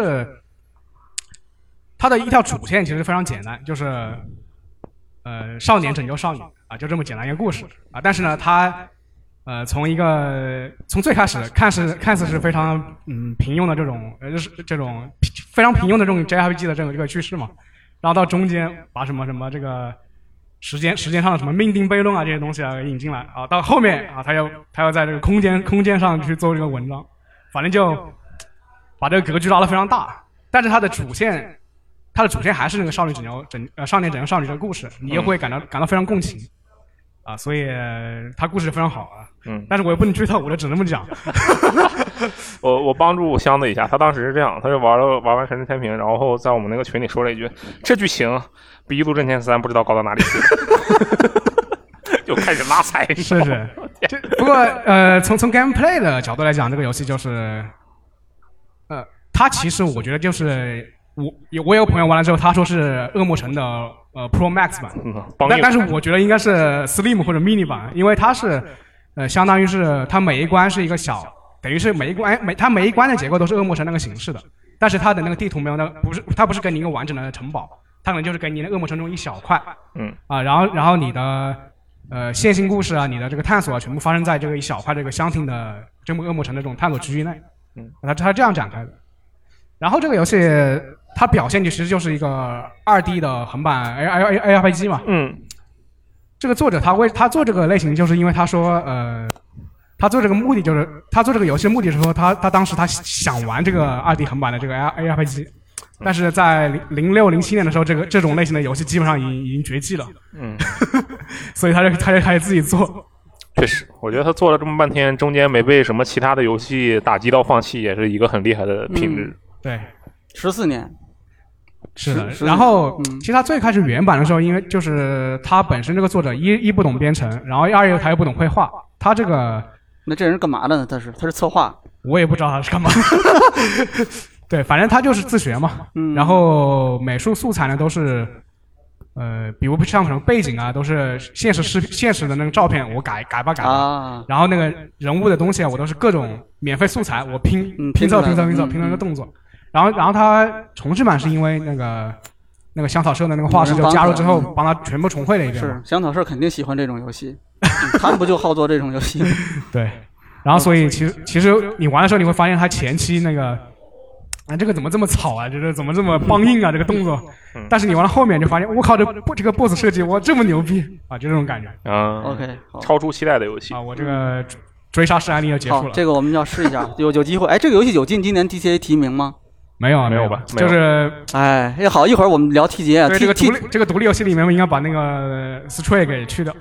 的一条主线其实非常简单，就是少年拯救少女啊，就这么简单一个故事啊。但是呢，它从最开始看似是非常平庸的这种非常平庸的这种 JRPG 的这个叙事嘛，然后到中间把什么这个时间上的什么命定悖论啊这些东西给引进来啊，到后面啊他要在这个空间上去做这个文章，反正就把这个格局拉得非常大。但是它的主线还是那个少年拯救少女这个故事，你也会感到非常共情啊，所以它故事非常好啊。但是我也不能剧透，我就只能这么讲。 我帮助箱子一下，他当时是这样，他就玩完《神之天平》，然后在我们那个群里说了一句：“这剧情比《异度神剑3》不知道高到哪里去。”就开始拉踩。 是。不过从 gameplay 的角度来讲，这个游戏就是它其实我觉得就是我有朋友玩了之后，他说是恶魔城的Pro Max 版，但是我觉得应该是 Slim 或者 Mini 版，因为它是相当于是它每一关是一个等于是它每一关的结构都是恶魔城那个形式的，但是它的那个地图没有它不是给你一个完整的城堡，它可能就是给你的恶魔城中一小块，然后你的线性故事啊，你的这个探索啊，全部发生在这个一小块这个相听的这么恶魔城的这种探索区域内，它这样展开的。然后这个游戏它表现其实就是一个2D 的横版 ARPG 嘛。这个作者他做这个类型，就是因为他说他做这个目的就是他做这个游戏的目的是说他当时他想玩这个2D 横版的这个 ARPG， 但是在06、07年的时候，这种类型的游戏基本上已经绝迹了。所以他就开始自己做。 确实，我觉得他做了这么半天，中间没被什么其他的游戏打击到放弃，也是一个很厉害的品质。 对 ，14年。 是的，然后其实他最开始原版的时候，因为就是他本身这个作者一不懂编程，然后二他又不懂绘画，他这个那这人干嘛的呢？他是策划， 我也不知道他是干嘛。对，反正他就是自学嘛，然后美术素材呢都是比如像什么背景啊，都是现实的那个照片，我改吧，然后那个人物的东西啊，我都是各种免费素材，我拼凑成一个动作。然后他重制版是因为那个香草社的那个画师就加入之后，帮他全部重绘了一遍。 是香草社肯定喜欢这种游戏，他们不就好做这种游戏？ 对，然后所以其实你玩的时候你会发现他前期那个这个怎么这么草啊，这个怎么这么梆硬啊这个动作，但是你玩到后面就发现我靠这个 boss 设计哇这么牛逼啊，就这种感觉。 OK， 超出期待的游戏啊，我这个追杀式案例要结束了。 这个我们要试一下，有机会。哎，这个游戏有进今年 TGA 提名吗？ 没有吧， 就是好，一会儿我们聊 TGA 啊。 对，这个独立游戏里面应该把那个 Stray 给去掉。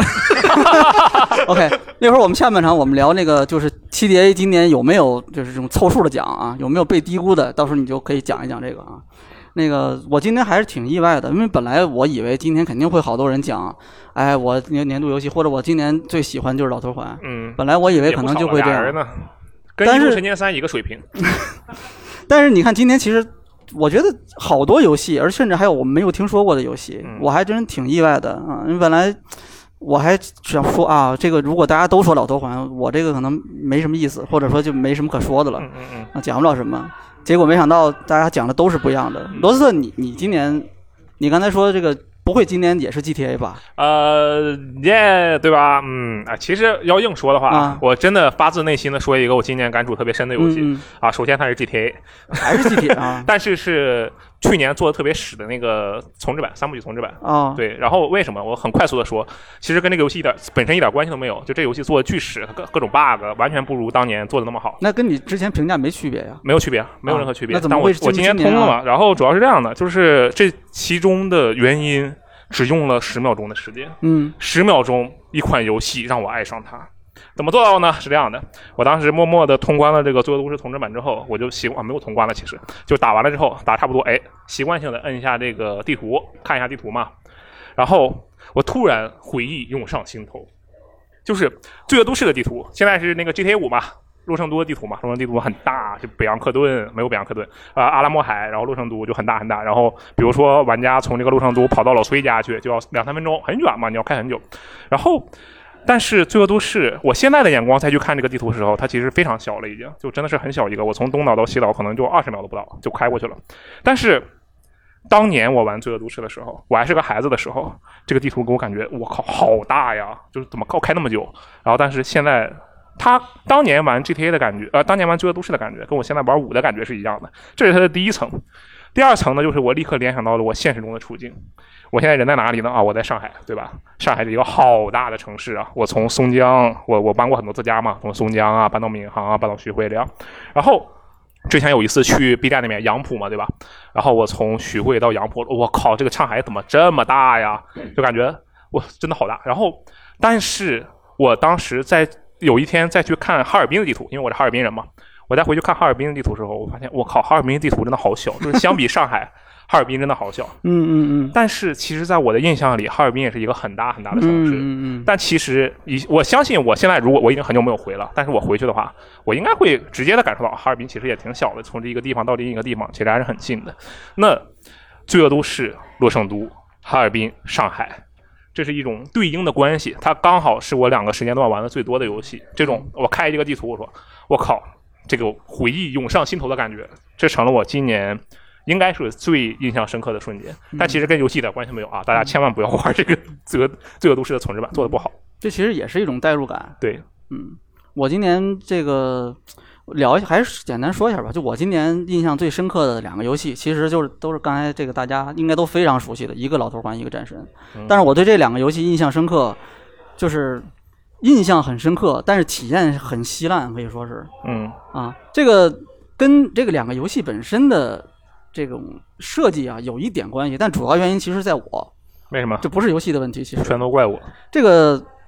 OK， 那会儿我们下半场我们聊那个就是 TGA 今年有没有就是这种凑数的奖啊，有没有被低估的，到时候你就可以讲一讲这个啊。那个我今天还是挺意外的，因为本来我以为今天肯定会好多人讲，哎，我年度游戏或者我今年最喜欢就是老头环。本来我以为可能就会这样。 跟《异度神剑3》一个水平。 但是你看，今年其实我觉得好多游戏，而甚至还有我们没有听说过的游戏，我还真挺意外的啊！因为本来我还想说啊，这个如果大家都说老头环，我这个可能没什么意思，或者说就没什么可说的了，讲不了什么。结果没想到大家讲的都是不一样的。罗斯特，你今年，你刚才说这个不会今年也是 GTA 吧？ 对吧？其实要硬说的话，我真的发自内心的说一个我今年感触特别深的游戏啊。首先它是 GTA， 还是 GTA 啊？ 但是去年做的特别屎的那个重置版，3部曲重置版啊。 对，然后为什么？我很快速的说，其实跟这个游戏本身一点关系都没有，就这游戏做的巨屎，各种 bug 完全不如当年做的那么好。 那跟你之前评价没区别呀？ 没有区别，没有任何区别。 那怎么会？ 但我今年通了嘛？然后主要是这样的，就是这其中的原因。只用了10秒钟的时间，10秒钟一款游戏让我爱上它，怎么做到呢？是这样的，我当时默默的通关了这个《罪恶都市》重置版之后，我就没有通关了，其实就打完了之后，打差不多，习惯性的摁一下这个地图，看一下地图嘛，然后我突然回忆涌上心头，就是《罪恶都市》的地图，现在是那个 GTA 5嘛。洛圣都的地图嘛，洛圣地图很大，就北昂克顿没有北昂克顿阿拉莫海，然后洛圣都就很大很大。然后比如说玩家从这个洛圣都跑到老崔家去，就要2-3分钟，很远嘛，你要开很久。然后，但是罪恶都市，我现在的眼光再去看这个地图的时候，它其实非常小了，已经就真的是很小一个。我从东岛到西岛可能就20秒都不到就开过去了。但是当年我玩罪恶都市的时候，我还是个孩子的时候，这个地图给我感觉我靠好大呀，就是怎么开那么久。然后但是现在。他当年玩 GTA 的感觉，当年玩罪恶都市的感觉，跟我现在玩5的感觉是一样的。这是它的第一层。第二层呢，就是我立刻联想到了我现实中的处境。我现在人在哪里呢？我在上海，对吧？上海是一个好大的城市啊！我从松江，我搬过很多次家嘛，从松江啊搬到闵行啊，搬到徐汇这样。然后之前有一次去 B 站那边杨浦嘛，对吧？然后我从徐汇到杨浦，我靠，这个上海怎么这么大呀？就感觉哇，真的好大。然后，但是我当时有一天再去看哈尔滨的地图，因为我是哈尔滨人嘛，我再回去看哈尔滨的地图的时候，我发现我靠，哈尔滨的地图真的好小，就是相比上海，哈尔滨真的好小。但是其实在我的印象里，哈尔滨也是一个很大很大的城市。但其实我相信我现在如果我已经很久没有回了，但是我回去的话，我应该会直接的感受到哈尔滨其实也挺小的，从这一个地方到另一个地方其实还是很近的。那罪恶都市、洛圣都、哈尔滨、上海。这是一种对应的关系，它刚好是我2个时间段玩的最多的游戏。这种我开这个地图，我说我靠，这个回忆涌上心头的感觉，这成了我今年应该是最印象深刻的瞬间。但其实跟游戏一点关系没有啊！大家千万不要玩这个罪恶都市的重置版，做的不好。 这其实也是一种代入感。 对， 我今年这个聊一下，还是简单说一下吧。就我今年印象最深刻的2个游戏，其实都是刚才这个大家应该都非常熟悉的，一个老头环，一个战神。但是我对这2个游戏印象深刻，就是印象很深刻，但是体验很稀烂，可以说是。这个跟这个2个游戏本身的这种设计啊有一点关系，但主要原因其实在我。 为什么？ 这不是游戏的问题，其实全都怪我。 这个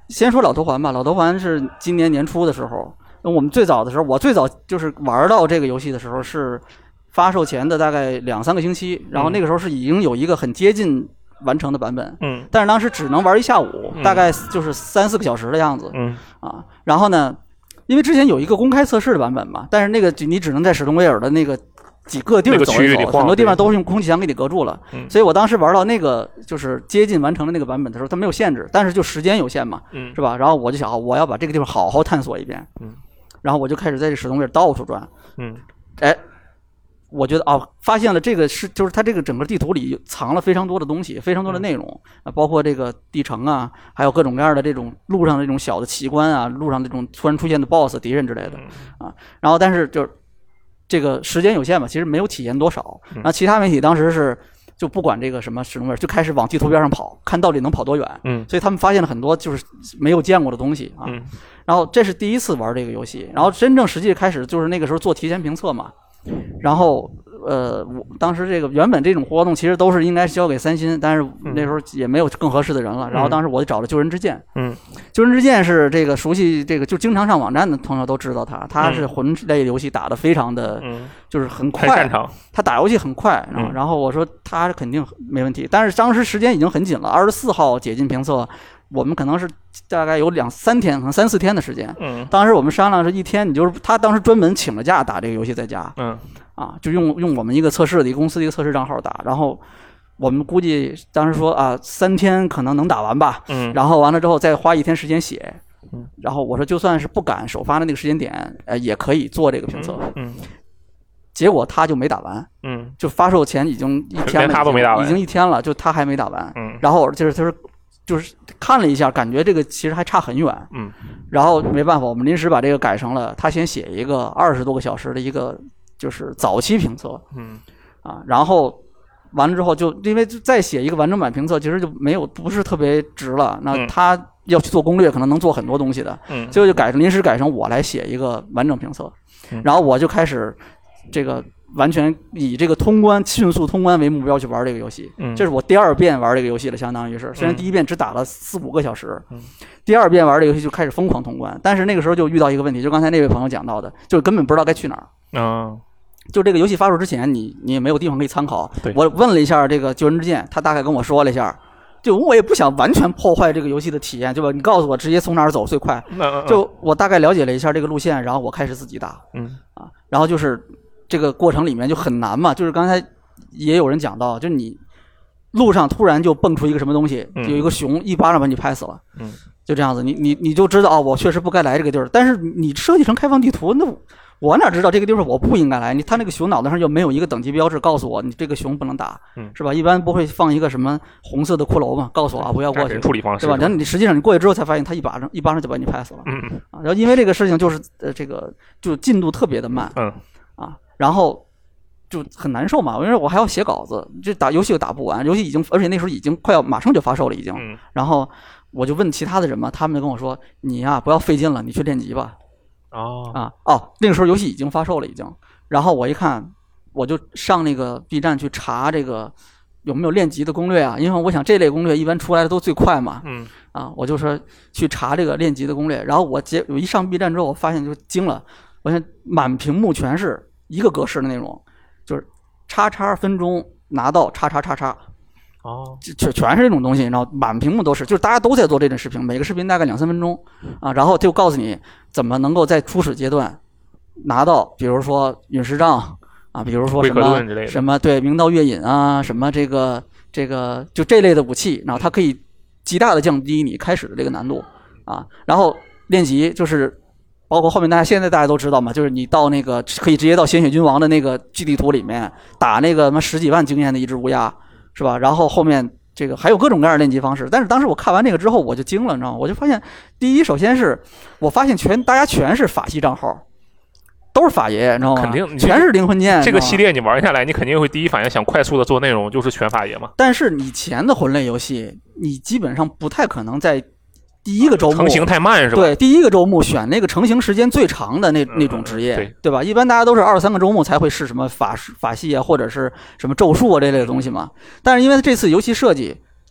先说老头环吧，老头环是今年年初的时候，我们最早的时候，我最早就是玩到这个游戏的时候是发售前的大概2-3个星期，然后那个时候是已经有一个很接近完成的版本，但是当时只能玩1下午，大概就是3-4个小时的样子，然后呢，因为之前有一个公开测试的版本嘛，但是那个你只能在史东威尔的那个几个地儿走一走，很多地方都是用空气墙给你隔住了，所以我当时玩到那个就是接近完成的那个版本的时候，它没有限制，但是就时间有限嘛，是吧？然后我就想，我要把这个地方好好探索一遍，然后我就开始在这史东威尔到处转，哎。我觉得发现了这个就是它这个整个地图里藏了非常多的东西，非常多的内容啊，包括这个地城啊，还有各种各样的这种路上的这种小的奇观啊，路上这种突然出现的 BOSS 敌人之类的啊。然后但是就是这个时间有限嘛，其实没有体验多少。那其他媒体当时是就不管这个什么史东威尔，就开始往地图边上跑，看到底能跑多远。所以他们发现了很多就是没有见过的东西啊。然后这是第一次玩这个游戏，然后真正实际开始就是那个时候做提前评测嘛。然后我当时这个原本这种活动其实都是应该交给三星，但是那时候也没有更合适的人了。然后当时我就找了救人之剑，救人之剑是这个熟悉这个就经常上网站的朋友都知道他是魂类游戏打得非常的，就是很快，他打游戏很快。然后我说他肯定没问题，但是当时时间已经很紧了，24号解禁评测。我们可能是大概有2-3天，可能3-4天的时间。当时我们商量是1天，你就是他当时专门请了假打这个游戏在家。就用我们一个测试的一个公司的一个测试账号打，然后我们估计当时说3天可能能打完吧。然后完了之后再花1天时间写。然后我说就算是不赶首发的那个时间点，也可以做这个评测。结果他就没打完。就发售前已经1天了， 他都没打完， 已经1天了，就他还没打完。然后就是他说。就是看了一下，感觉这个其实还差很远。然后没办法，我们临时把这个改成了他先写一个20多个小时的一个就是早期评测。然后完了之后就因为再写一个完整版评测，其实就不是特别值了。那他要去做攻略，可能能做很多东西的。最后就临时改成我来写一个完整评测。然后我就开始这个。完全以这个迅速通关为目标去玩这个游戏，这是我第2遍玩这个游戏了，相当于是。虽然第1遍只打了4-5个小时，第2遍玩这个游戏就开始疯狂通关。但是那个时候就遇到一个问题，就刚才那位朋友讲到的，就是根本不知道该去哪儿。就这个游戏发售之前，你也没有地方可以参考。我问了一下这个救人之剑，他大概跟我说了一下。就我也不想完全破坏这个游戏的体验，对吧？你告诉我直接从哪儿走最快。就我大概了解了一下这个路线，然后我开始自己打。然后就是。这个过程里面就很难嘛，就是刚才也有人讲到，就是你路上突然就蹦出一个什么东西，有一个熊一巴掌把你拍死了，就这样子，你就知道我确实不该来这个地儿。但是你设计成开放地图，那我哪知道这个地方我不应该来？他那个熊脑袋上就没有一个等级标志告诉我你这个熊不能打，是吧？一般不会放一个什么红色的骷髅嘛，告诉我不要过去， 处理方式， 对吧？然后你实际上你过去之后才发现他一巴掌就把你拍死了，然后因为这个事情就是这个就进度特别的慢，然后就很难受嘛，因为我还要写稿子，这打游戏又打不完，游戏而且那时候已经快要马上就发售了已经。然后我就问其他的人嘛，他们就跟我说：“你呀，不要费劲了，你去练级吧。”那个时候游戏已经发售了已经。然后我一看，我就上那个 B 站去查这个有没有练级的攻略啊，因为我想这类攻略一般出来的都最快嘛。我就说去查这个练级的攻略。然后我一上 B 站之后，我发现就惊了，我现满屏幕全是。一个格式的内容，就是XX分钟拿到XX，全是这种东西，然后满屏幕都是，就是大家都在做这种视频，每个视频大概2-3分钟然后就告诉你怎么能够在初始阶段拿到，比如说陨石杖比如说什么对明道月隐什么这个就这类的武器，然后它可以极大的降低你开始的这个难度然后练级就是。包括后面现在大家都知道嘛，就是你到那个可以直接到鲜血君王的那个基地图里面打那个10几万经验的一只乌鸦，是吧？然后后面这个还有各种各样的练级方式。但是当时我看完那个之后，我就惊了，你知道吗？我就发现，第一，首先是我发现大家全是法系账号，都是法爷，你知道吗？ 肯定全是灵魂剑。 这个系列你玩下来，你肯定会第一反应想快速的做内容，就是全法爷嘛。 但是以前的魂类游戏，你基本上不太可能在。第一个周末成型太慢是吧？ 对，第一个周末选那个成型时间最长的那种职业，对吧？一般大家都是2-3个周末才会试什么法系或者是什么咒术这类的东西嘛。但是因为这次游戏设计，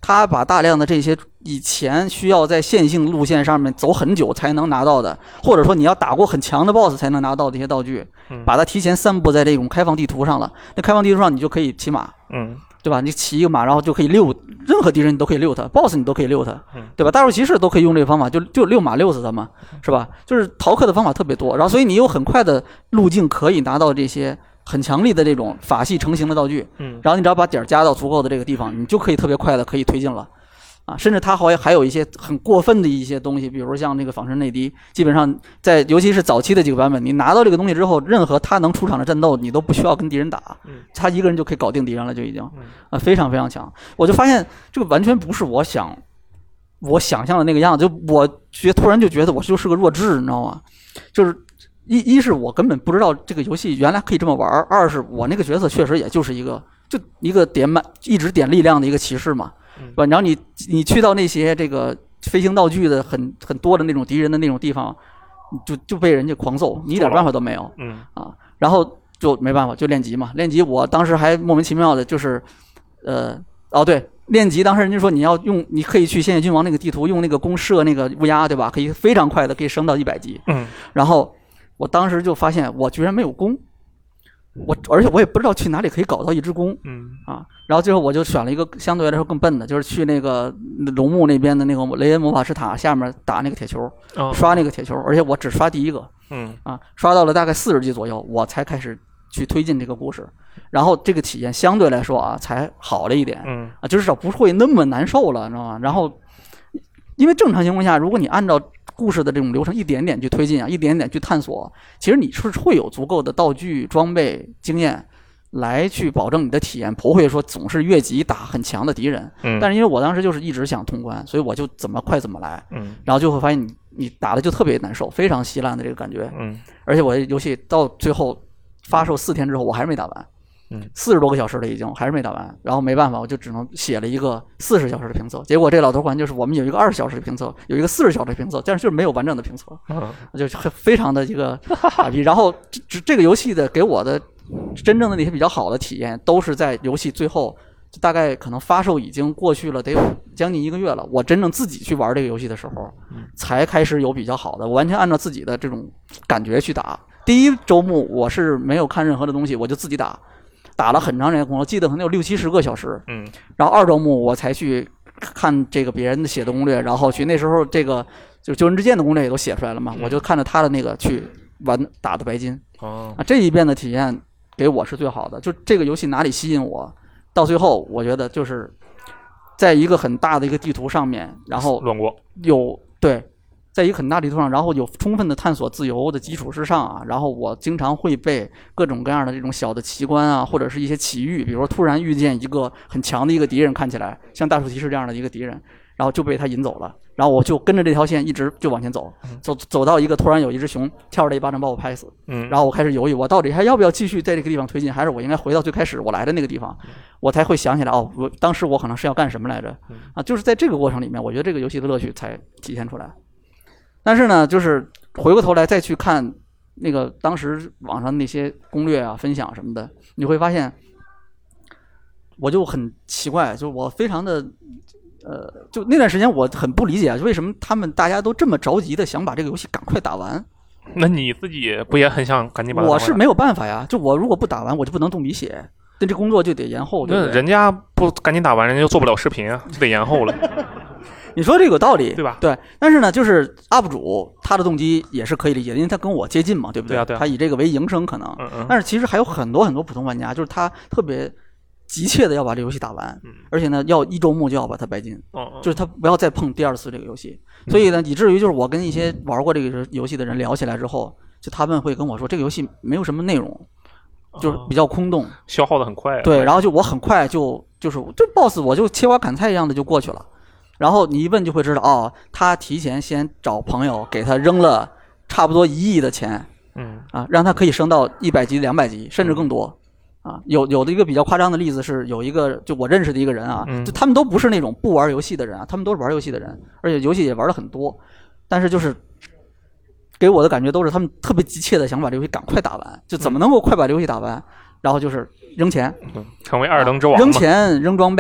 他把大量的这些以前需要在线性路线上面走很久才能拿到的，或者说你要打过很强的 BOSS 才能拿到的这些道具，把它提前散布在这种开放地图上了。那开放地图上你就可以骑马，对吧？你骑一个马，然后就可以溜任何敌人，你都可以溜他 ，BOSS 你都可以溜他，对吧？大陆骑士都可以用这个方法，就溜马溜死他嘛，是吧？就是逃课的方法特别多，然后所以你有很快的路径可以拿到这些很强力的这种法系成型的道具，然后你只要把点加到足够的这个地方，你就可以特别快的可以推进了。啊，甚至它还有一些很过分的一些东西，比如像那个仿生内敌，基本上在尤其是早期的几个版本，你拿到这个东西之后，任何他能出场的战斗，你都不需要跟敌人打，他一个人就可以搞定敌人了，就已经非常非常强。我就发现这个完全不是我想象的那个样子，就我突然就觉得我就是个弱智，你知道吗？就是一是我根本不知道这个游戏原来可以这么玩，二是我那个角色确实也就是一个一直点力量的一个骑士嘛。吧，然后你去到那些这个飞行道具的很多的那种敌人的那种地方，就被人家狂揍，你一点办法都没有。然后就没办法，就练级嘛。练级我当时还莫名其妙的，就是对，练级当时人家说你可以去仙界君王那个地图用那个弓射那个乌鸦，对吧？可以非常快的可以升到100级。然后我当时就发现我居然没有弓。而且我也不知道去哪里可以搞到一只弓，然后最后我就选了一个相对来说更笨的，就是去那个龙墓那边的那个雷恩魔法师塔下面打那个铁球，刷那个铁球，而且我只刷第一个，刷到了大概40级左右，我才开始去推进这个故事，然后这个体验相对来说才好了一点，至少不会那么难受了，你知道吗？然后因为正常情况下，如果你按照故事的这种流程一点点去推进一点点去探索，其实你是会有足够的道具、装备、经验来去保证你的体验，不会说总是越级打很强的敌人。但是因为我当时就是一直想通关，所以我就怎么快怎么来。然后就会发现你打的就特别难受，非常稀烂的这个感觉。而且我的游戏到最后发售4天之后，我还是没打完。40多个小时了已经，还是没打完，然后没办法，我就只能写了一个40小时的评测。结果这老头环就是我们有一个20小时的评测，有一个40小时的评测，但是就是没有完整的评测，就非常的一个傻逼。然后这个游戏的给我的真正的那些比较好的体验，都是在游戏最后，大概可能发售已经过去了得有将近1个月了，我真正自己去玩这个游戏的时候，才开始有比较好的，我完全按照自己的这种感觉去打。第一周目我是没有看任何的东西，我就自己打了很长时间，我记得可能有60-70个小时。然后2周目我才去看这个别人写的攻略，然后那时候这个就是救人之剑的攻略也都写出来了嘛，我就看着他的那个去打的白金。这一遍的体验给我是最好的，就这个游戏哪里吸引我，到最后我觉得就是在一个很大的一个地图上面，然后在一个很大地图上，然后有充分的探索自由的基础之上然后我经常会被各种各样的这种小的奇观或者是一些奇遇，比如说突然遇见一个很强的一个敌人，看起来像大树骑士这样的一个敌人，然后就被他引走了，然后我就跟着这条线一直就往前走到一个突然有一只熊跳出来一巴掌把我拍死，然后我开始犹豫，我到底还要不要继续在这个地方推进，还是我应该回到最开始我来的那个地方，我才会想起来当时我可能是要干什么来着就是在这个过程里面，我觉得这个游戏的乐趣才体现出来。但是呢，就是回过头来再去看那个当时网上那些攻略分享什么的，你会发现，我就很奇怪，就我非常的，就那段时间我很不理解，为什么大家都这么着急的想把这个游戏赶快打完。 那你自己不也很想赶紧把它打完？ 我是没有办法呀，就我如果不打完，我就不能动笔写，那这工作就得延后。 那人家不赶紧打完，人家就做不了视频就得延后了。 你说这个有道理， 对吧？ 对，但是呢，就是 UP 主他的动机也是可以理解的，因为他跟我接近嘛，对不对？ 对啊。 他以这个为营生可能，但是其实还有很多很多普通玩家，就是他特别急切的要把这游戏打完，而且呢，要1周目就要把它白金，就是他不要再碰第2次这个游戏。所以呢，以至于就是我跟一些玩过这个游戏的人聊起来之后，就他们会跟我说，这个游戏没有什么内容，就是比较空洞， 消耗的很快。 对，然后就我很快就是这 BOSS 我就切瓜砍菜一样的就过去了。然后你一问就会知道他提前先找朋友给他扔了差不多1亿的钱，让他可以升到100级、200级，甚至更多，有的一个比较夸张的例子是有一个就我认识的一个人就他们都不是那种不玩游戏的人他们都是玩游戏的人，而且游戏也玩的很多，但是就是给我的感觉都是他们特别急切的想把这游戏赶快打完，就怎么能够快把这游戏打完，然后就是扔钱， 成为2等之王， 扔钱扔装备。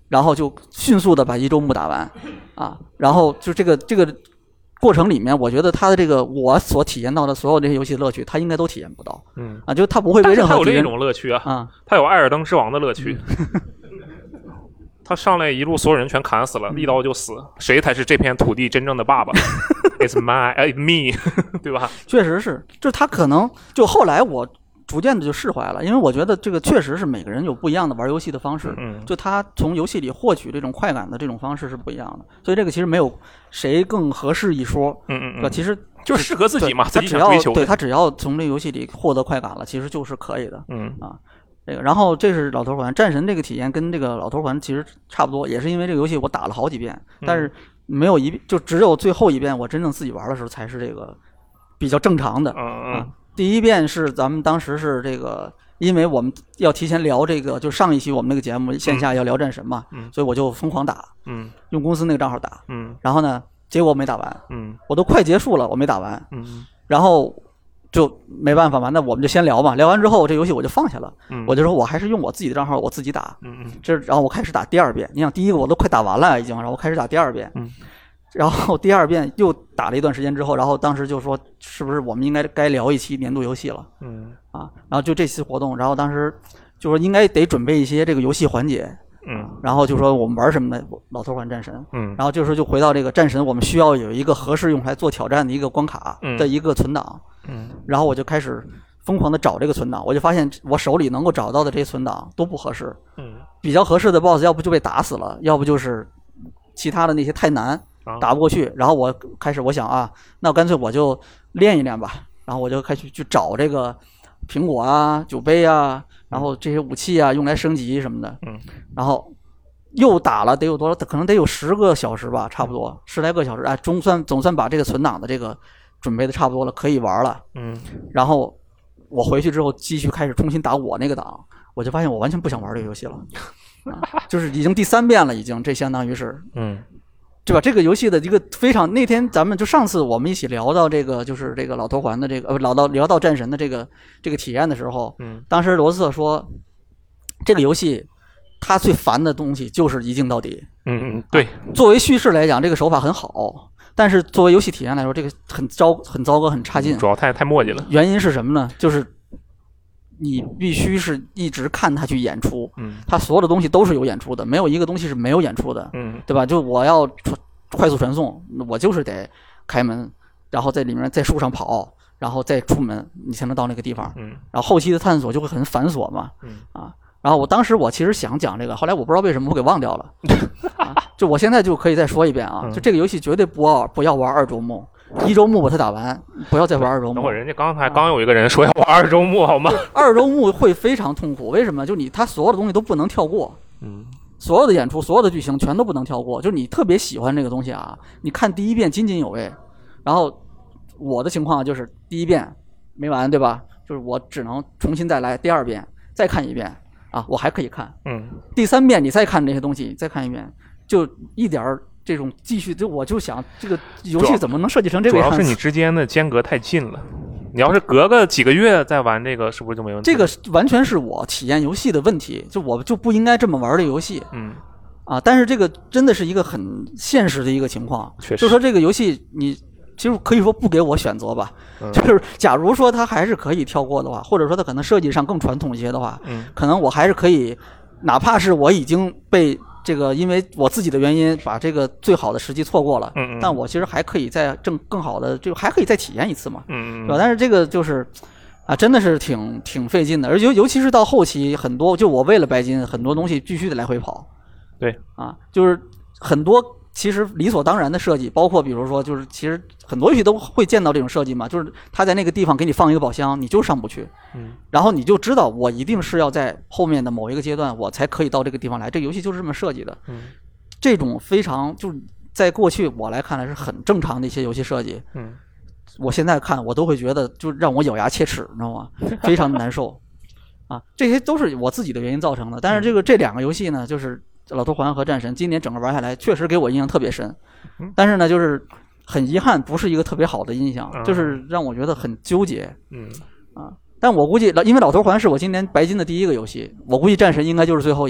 然后就迅速的把一周目打完啊，然后就这个过程里面，我觉得他的这个我所体验到的所有这些游戏乐趣，他应该都体验不到。就他不会为任何但是他有另一种乐趣啊，他有艾尔登之王的乐趣。他上来一路所有人全砍死了，一刀就死，谁才是这片土地真正的爸爸？It's me， 对吧？ 确实是，就他可能就后来我逐渐的就释怀了，因为我觉得这个确实是每个人有不一样的玩游戏的方式，就他从游戏里获取这种快感的这种方式是不一样的，所以这个其实没有谁更合适一说，其实就是适合自己嘛， 他只要对他只要从这游戏里获得快感了，其实就是可以的，这个，然后这是老头环战神这个体验跟这个老头环其实差不多，也是因为这个游戏我打了好几遍，但是没有就只有最后一遍我真正自己玩的时候才是这个比较正常的。第一遍是咱们当时是这个，因为我们要提前聊这个，就上一期我们那个节目线下要聊战神嘛，所以我就疯狂打，用公司那个账号打，然后呢，结果没打完，我都快结束了，我没打完，然后就没办法嘛，那我们就先聊嘛。聊完之后，这游戏我就放下了，我就说我还是用我自己的账号，我自己打。然后我开始打第二遍。你想，第一个我都快打完了已经，然后我开始打第二遍。然后第二遍又打了一段时间之后，然后当时就说，是不是我们应该聊一期年度游戏了？然后就这期活动，然后当时就说应该得准备一些这个游戏环节。然后就说我们玩什么呢？老头环战神。然后这时候就回到这个战神，我们需要有一个合适用来做挑战的一个关卡的一个存档。然后我就开始疯狂的找这个存档，我就发现我手里能够找到的这些存档都不合适。比较合适的 BOSS 要不就被打死了，要不就是其他的那些太难打不过去。然后我想啊，那干脆我就练一练吧。然后我就开始去找这个苹果啊、酒杯啊，然后这些武器啊，用来升级什么的。然后又打了得有多少？可能得有10个小时吧，差不多10来个小时。哎，总算把这个存档的这个准备的差不多了，可以玩了。然后我回去之后继续开始重新打我那个档，我就发现我完全不想玩这个游戏了，就是已经第3遍了，已经这相当于是，对吧？这个游戏的一个非常，那天咱们就上次我们一起聊到这个，就是这个老头环的这个聊到战神的这个体验的时候，当时罗斯特说，这个游戏他最烦的东西就是一镜到底。 对。 作为叙事来讲，这个手法很好，但是作为游戏体验来说，这个很糟糕，很差劲。 主要太墨迹了。 原因是什么呢？就是你必须是一直看他去演出，他所有的东西都是有演出的，没有一个东西是没有演出的，对吧？就我要快速传送，我就是得开门，然后在里面在树上跑，然后再出门，你才能到那个地方。然后后期的探索就会很繁琐嘛，然后当时我其实想讲这个，后来我不知道为什么我给忘掉了，就我现在就可以再说一遍啊，就这个游戏绝对不要玩2周目。1周目把它打完，不要再玩2周目。 等会儿人家刚有一个人说要玩2周目，好吗 ？2周目会非常痛苦，为什么？就他所有的东西都不能跳过，所有的演出、所有的剧情全都不能跳过。就是你特别喜欢这个东西啊，你看第1遍津津有味，然后我的情况就是第1遍没完，对吧？就是我只能重新再来第2遍，再看1遍啊，我还可以看。第3遍你再看这些东西，再看1遍，就一点儿。这种继续，我就想这个游戏怎么能设计成这个样子？ 主要是你之间的间隔太近了。你要是隔个几个月再玩这个，是不是就没问题？ 这个完全是我体验游戏的问题，就我就不应该这么玩这个游戏。但是这个真的是一个很现实的一个情况。 确实， 就说这个游戏你其实可以说不给我选择吧。就是假如说它还是可以跳过的话，或者说它可能设计上更传统一些的话，可能我还是可以，哪怕是我已经被。这个因为我自己的原因把这个最好的时机错过了，但我其实还可以再更好的，就还可以再体验一次嘛，是吧？但是这个就是啊，真的是挺费劲的，而尤其是到后期，很多就我为了白金，很多东西必须得来回跑， 对啊，就是很多其实理所当然的设计，包括比如说就是其实很多游戏都会见到这种设计嘛，就是他在那个地方给你放一个宝箱，你就上不去，然后你就知道我一定是要在后面的某一个阶段我才可以到这个地方来，这个游戏就是这么设计的，这种非常就是在过去我来看来是很正常的一些游戏设计，我现在看我都会觉得就让我咬牙切齿，你知道吗？非常的难受啊，这些都是我自己的原因造成的，但是这2个游戏呢，就是老头环和战神，今年整个玩下来确实给我印象特别深，但是呢就是很遗憾不是一个特别好的印象，就是让我觉得很纠结，但我估计因为老头环是我今年白金的第1个游戏，我估计战神应该就是最后一个，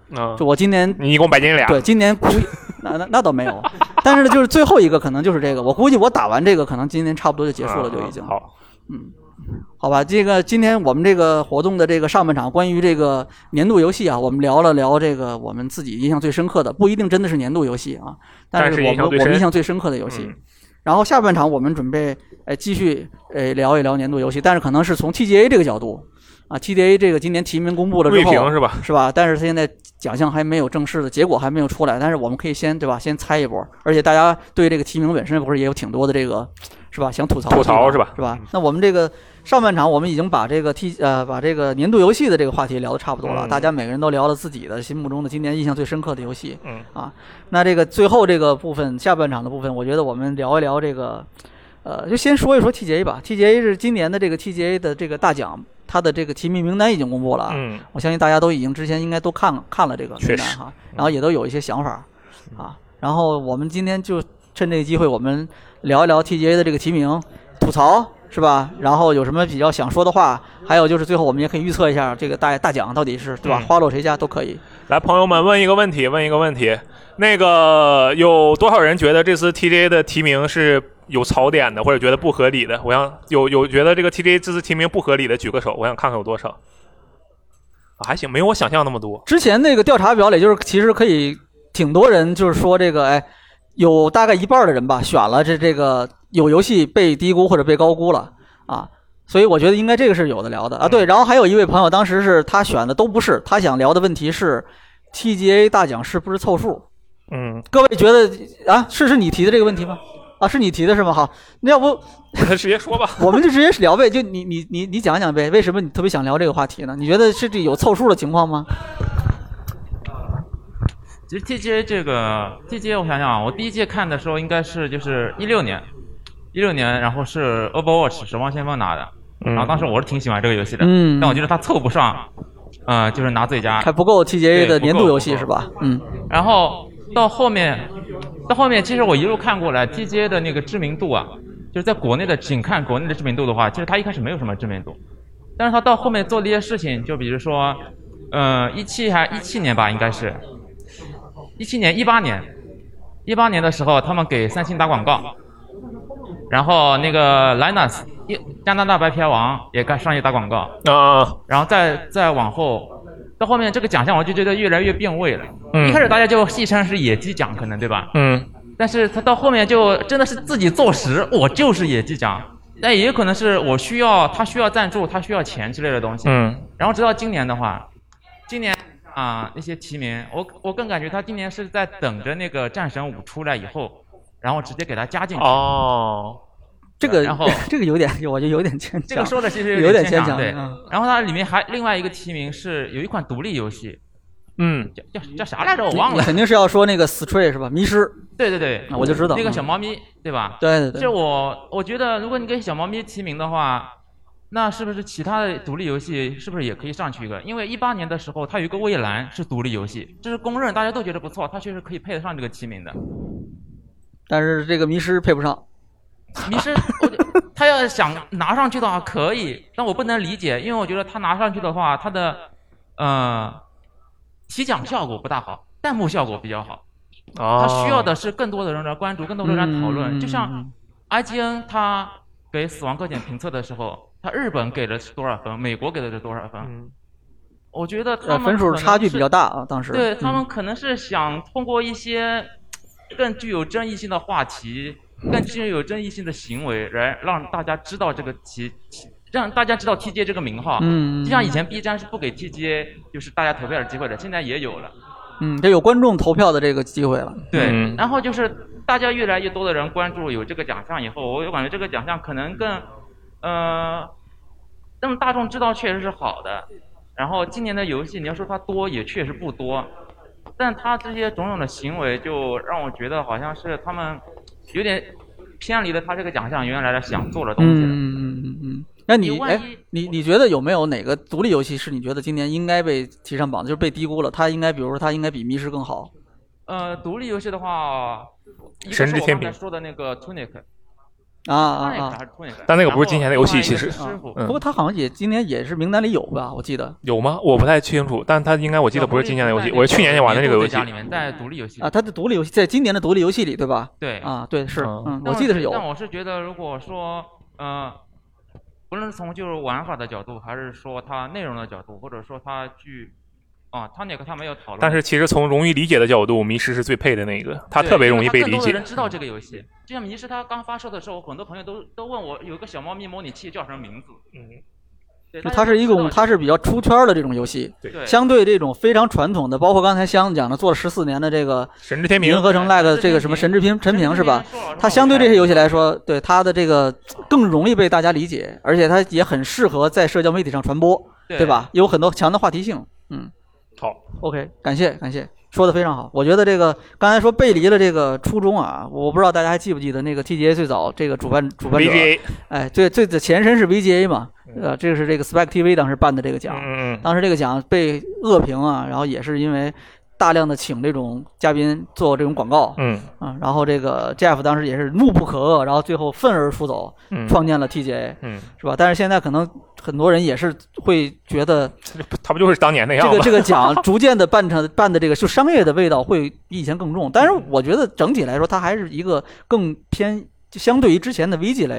就我今年你一共白金俩， 对，今年估计那倒没有，但是呢，就是最后一个可能就是这个，我估计我打完这个，可能今年差不多就结束了，就已经。 好， 好吧，这个今天我们这个活动的这个上半场，关于这个年度游戏啊，我们聊了聊这个我们自己印象最深刻的，不一定真的是年度游戏啊，但是我们印象最深刻的游戏。然后下半场我们准备继续聊一聊年度游戏，但是可能是从 TGA 这个角度啊 ，TGA 这个今年提名公布了之后， 未评是吧？ 但是现在奖项还没有正式的结果还没有出来，但是我们可以先对吧？先猜一波，而且大家对这个提名本身不是也有挺多的这个是吧？想吐槽是吧？ 是吧？那我们这个上半场我们已经把这个把这个年度游戏的这个话题聊得差不多了，大家每个人都聊了自己的心目中的今年印象最深刻的游戏，那这个最后这个部分下半场的部分，我觉得我们聊一聊这个。就先说一说 TGA 吧。TGA 是今年的这个 TGA 的这个大奖，它的这个提名名单已经公布了。我相信大家都已经之前应该都看了这个名单哈，然后也都有一些想法啊。然后我们今天就趁这个机会，我们聊一聊 TGA 的这个提名，吐槽是吧？然后有什么比较想说的话，还有就是最后我们也可以预测一下这个大奖到底是对吧？花落谁家都可以。 来，朋友们问一个问题，那个有多少人觉得这次 TGA 的提名是有槽点的，或者觉得不合理的？我想有觉得这个 TGA 这次提名不合理的举个手，我想看看有多少。还行，没有我想象那么多。 之前那个调查表里，就是其实可以挺多人就是说这个，有大概一半的人吧选了这个有游戏被低估或者被高估了啊，所以我觉得应该这个是有的聊的啊。对，然后还有一位朋友，当时是他选的都不是，他想聊的问题是 TGA 大奖是不是凑数？各位觉得啊，是你提的这个问题吗？啊，是你提的是吗？好，那要不直接说吧， 我们就直接聊呗。就你讲讲呗，为什么你特别想聊这个话题呢？你觉得是这有凑数的情况吗？ 其实 TGA 我想想，我第一届看的时候应该是就是16年，然后是 Overwatch 守望先锋拿的，然后当时我是挺喜欢这个游戏的，但我觉得它凑不上，就是拿最佳， 还不够 TGA 的年度游戏是吧？ 然后到后面，其实我一路看过来 ，TGA 的那个知名度啊，就是在国内的仅看国内的知名度的话，其实它一开始没有什么知名度，但是它到后面做了一些事情，就比如说，17年吧，应该是18年的时候，他们给三星打广告，然后那个 Linus 加拿大白片王也该上去打广告然后再往后。到后面这个奖项我就觉得越来越变味了。一开始大家就戏称是野鸡奖，可能对吧？但是他到后面就真的是自己坐实，我就是野鸡奖。但也有可能是他需要赞助，他需要钱之类的东西。然后直到今年的话，那些提名，我更感觉他今年是在等着那个战神5出来以后，然后直接给他加进去。 这个然后这个有点，我觉得有点牵强。 这个说的其实有点牵强， 对。然后它里面还另外一个提名是有一款独立游戏，叫啥来着？我忘了。 你肯定是要说那个 Stray 是吧？迷失。 对， 我就知道那个小猫咪，对吧？ 对。 就我觉得，如果你给小猫咪提名的话，那是不是其他的独立游戏是不是也可以上去一个？因为18年的时候，它有一个蔚蓝是独立游戏，这是公认，大家都觉得不错，它确实可以配得上这个提名的。 但是这个迷失配不上。 迷失，他要想拿上去的话可以，但我不能理解，因为我觉得他拿上去的话，他的提奖效果不大好，弹幕效果比较好。他需要的是更多的人来关注，更多的人来讨论。就像 IGN 他给《死亡搁浅》评测的时候，他日本给了多少分，美国给的是多少分？我觉得他们分数差距比较大啊，当时。 对他们可能是想通过一些更具有争议性的话题。更具有争议性的行为，来让大家知道这个让大家知道 TGA 这个名号。就像以前 B 站是不给 TGA 就是大家投票的机会的，现在也有了。 这有观众投票的这个机会了。 对，然后就是大家越来越多的人关注有这个奖项以后，我感觉这个奖项可能更让大众知道确实是好的。然后今年的游戏，你要说它多也确实不多，但它这些种种的行为就让我觉得好像是他们。有点偏离了他这个奖项原来的想做的东西了。 那你觉得有没有哪个独立游戏是你觉得今年应该被提上榜的，就是被低估了？它应该，比如说它应该比迷失更好。 独立游戏的话， 神之天平说的那个 Tunic， 但那个不是今年的游戏，其实。 不过他好像今年也是名单里有吧？我记得有吗？我不太清楚，但他应该我记得不是今年的游戏，我是去年玩的这个游戏。 在独立游戏啊，他的独立游戏在今年的独立游戏里，对吧？ 对啊，对是，我记得是有。 但我是觉得，如果说不论是从就是玩法的角度，还是说它内容的角度，或者说它他那个他没有讨论。 但是其实从容易理解的角度，迷失是最配的那个，它特别容易被理解。 更多的人知道这个游戏，就像迷失它刚发售的时候，很多朋友都问我有个小猫咪模拟器叫什么名字。 它是比较出圈的这种游戏， 对， 相对这种非常传统的，包括刚才箱子讲的做了14年的这个神之天平、 银河城 lag 这个什么神之陈平是吧？它相对这些游戏来说，对它的这个更容易被大家理解，而且它也很适合在社交媒体上传播，对吧？有很多强的话题性。 好 ，OK， 感谢，说的非常好。我觉得这个刚才说背离了这个初衷啊，我不知道大家还记不记得那个 TGA 最早这个主办者 VGA， 哎，最的前身是 VGA 嘛，这个是这个 Spike TV 当时办的这个奖，当时这个奖被恶评啊，然后也是因为大量的请这种嘉宾做这种广告，然后这个 Jeff 当时也是怒不可遏，然后最后愤而出走，创建了 TGA，是吧？但是现在可能很多人也是会觉得， 他不就是当年那样吗？ 这个奖逐渐的办的这个就商业的味道会比以前更重，但是我觉得整体来说，它还是一个更偏。相对于之前的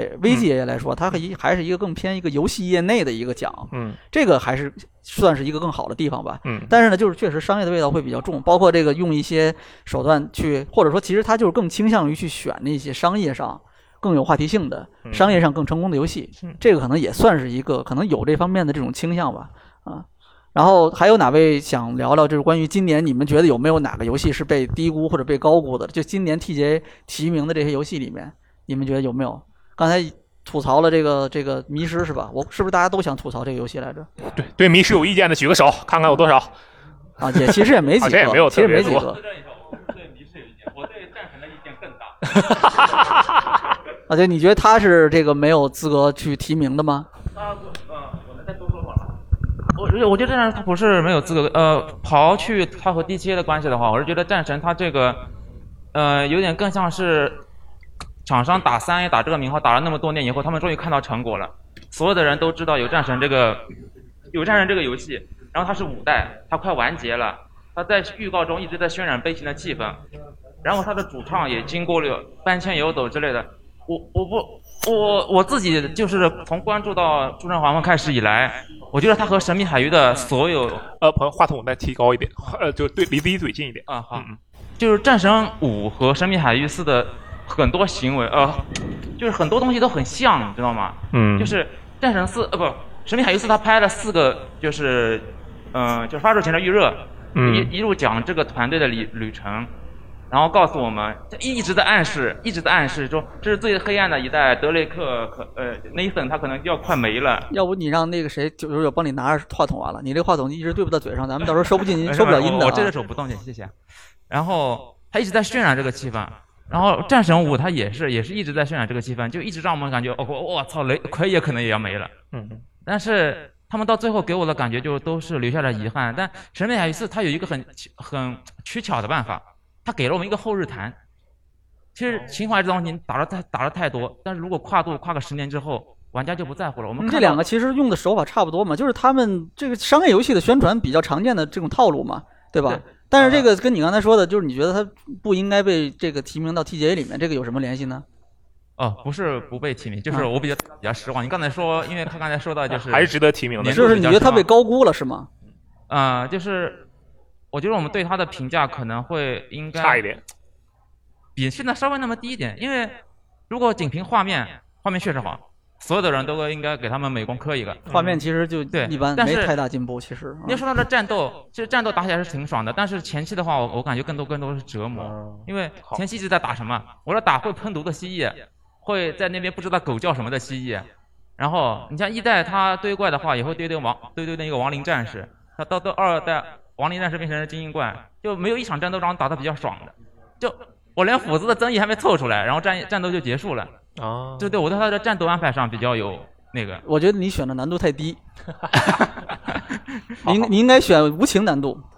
VGA 来说，它还是一个更偏一个游戏业内的一个奖，这个还是算是一个更好的地方吧，但是呢，就是确实商业的味道会比较重，包括这个用一些手段去，或者说其实它就是更倾向于去选那些商业上更有话题性的、商业上更成功的游戏，这个可能也算是一个可能有这方面的这种倾向吧，然后还有哪位想聊聊，就是关于今年你们觉得有没有哪个游戏是被低估或者被高估的？就今年 TGA 提名的这些游戏里面。你们觉得有没有？刚才吐槽了这个迷失是吧？是不是大家都想吐槽这个游戏来着？ 对迷失有意见的举个手，看看有多少。 啊，其实也没几个，其实没几个。 我对迷失有意见，我对战神的意见更大。 啊，对，你觉得他是这个没有资格去提名的吗？ 我们再多说会儿吧。我觉得战神他不是没有资格，刨去他和 DGA 的关系的话，我是觉得战神他这个，有点更像是。厂商打3A 打这个名号打了那么多年以后，他们终于看到成果了。所有的人都知道有战神这个游戏，然后它是5代，它快完结了。它在预告中一直在渲染悲情的气氛，然后它的主唱也经过了搬迁游走之类的。我自己就是从关注到诸神黄昏开始以来，我觉得它和神秘海域的所有朋友话筒再提高一点，就对离自己嘴近一点啊。好，就是战神5和神秘海域4的。很多行为就是很多东西都很像，你知道吗？就是战神4神秘海域4他拍了4个就是就是发售前的预热，一路讲这个团队的旅程，然后告诉我们一直在暗示说这是最黑暗的一代，德雷克Nathan 他可能就要快没了。 要不你让那个谁就是帮你拿着话筒完了，你这个话筒一直对不到嘴上，咱们到时候收不了音的。 我这个手不动，谢谢。然后他一直在渲染这个气氛。然后战神5它也是一直在渲染这个气氛，就一直让我们感觉我操奎也可能也要没了。但是他们到最后给我的感觉就都是留下了遗憾。但神秘海域4它有一个很取巧的办法，它给了我们一个后日谈。其实情怀这东西打了太多，但是如果跨个10年之后，玩家就不在乎了。我们这两个其实用的手法差不多嘛，就是他们这个商业游戏的宣传比较常见的这种套路嘛，对吧？但是这个跟你刚才说的，就是你觉得他不应该被这个提名到 TGA 里面，这个有什么联系呢？ 不是不被提名，就是我比较失望。你刚才说，因为他刚才说到就是还是值得提名的， 就是你觉得他被高估了是吗？ 就是我觉得我们对他的评价可能会应该差一点， 比现在稍微那么低一点。因为如果仅凭画面确实好。所有的人都应该给他们美工磕一个。 画面其实就一般，没太大进步。其实你要说到这战斗，其实战斗打起来是挺爽的，但是前期的话，我感觉更多是折磨，因为前期一直在打什么？我说打会喷毒的蜥蜴，会在那边不知道狗叫什么的蜥蜴。然后你像1代，他堆怪的话，也会堆那个亡灵战士。他到2代，亡灵战士变成了精英怪，就没有一场战斗让我打得比较爽的。就我连斧子的增益还没凑出来，然后战斗就结束了。对，我对他的战斗安排上比较有那个。 我觉得你选的难度太低，你应该选无情难度。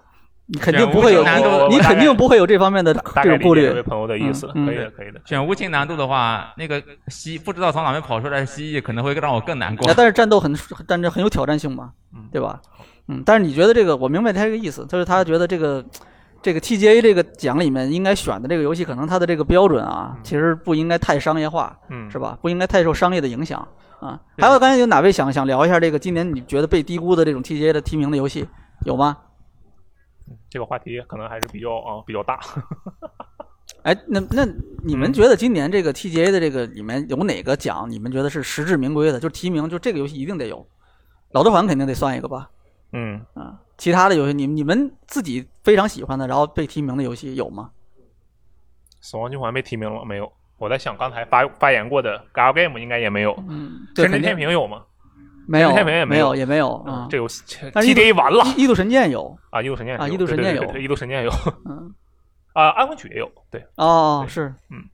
你肯定不会有，你肯定不会有这方面的这种顾虑。 这位朋友的意思了，可以的，可以的。 选无情难度的话，那个不知道从哪边跑出来的蜥蜴可能会让我更难过。 但是战斗很有挑战性嘛，对吧？但是你觉得这个，我明白他这个意思，就是他觉得这个 TGA 这个奖里面应该选的这个游戏，可能它的这个标准啊，其实不应该太商业化，是吧？不应该太受商业的影响啊。还有刚才有哪位想聊一下这个今年你觉得被低估的这种 TGA 的提名的游戏有吗？ 这个话题可能还是比较大。 哎，那你们觉得今年这个 TGA 的这个里面有哪个奖你们觉得是实至名归的？就提名，就这个游戏一定得有，老头环肯定得算一个吧？其他的游戏你们自己非常喜欢的，然后被提名的游戏有吗？ 死亡军团被提名了没有？我在想刚才发言过的 Galgame 应该也没有。神之天平有吗？ 没有， 天平也没有。 这游戏 TGA 完了。 异度神剑有啊，异度神剑异度神剑有， 异度神剑有。安魂曲也有，对。 哦，是。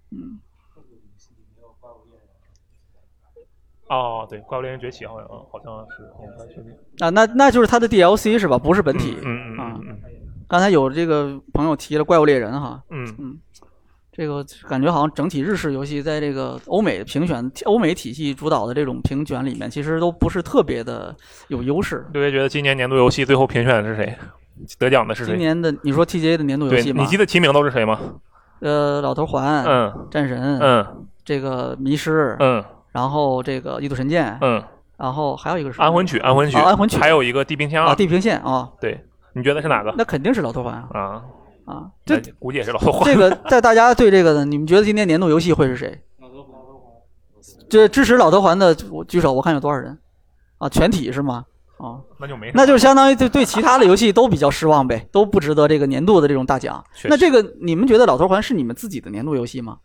哦，对，怪物猎人崛起好像是，我不太确定。 那就是它的 DLC 是吧？不是本体。刚才有这个朋友提了怪物猎人哈。这个感觉好像整体日式游戏在这个欧美体系主导的这种评选里面，其实都不是特别的有优势。 六爷觉得今年年度游戏最后评选的是谁？得奖的是谁？ 今年的你说 TGA 的年度游戏吗？ 你记得提名都是谁吗？ 老头环，战神，这个迷失，然后这个异度神剑，然后还有一个是安魂曲，还有一个地平线地平线啊， 对，你觉得是哪个？ 那肯定是老头环这估计也是老头环。 这个在大家对这个呢，你们觉得今年年度游戏会是谁？这支持老头环的举手，我看有多少人啊？全体是吗？那就相当于对其他的游戏都比较失望呗，都不值得这个年度的这种大奖。那这个你们觉得老头环是你们自己的年度游戏吗？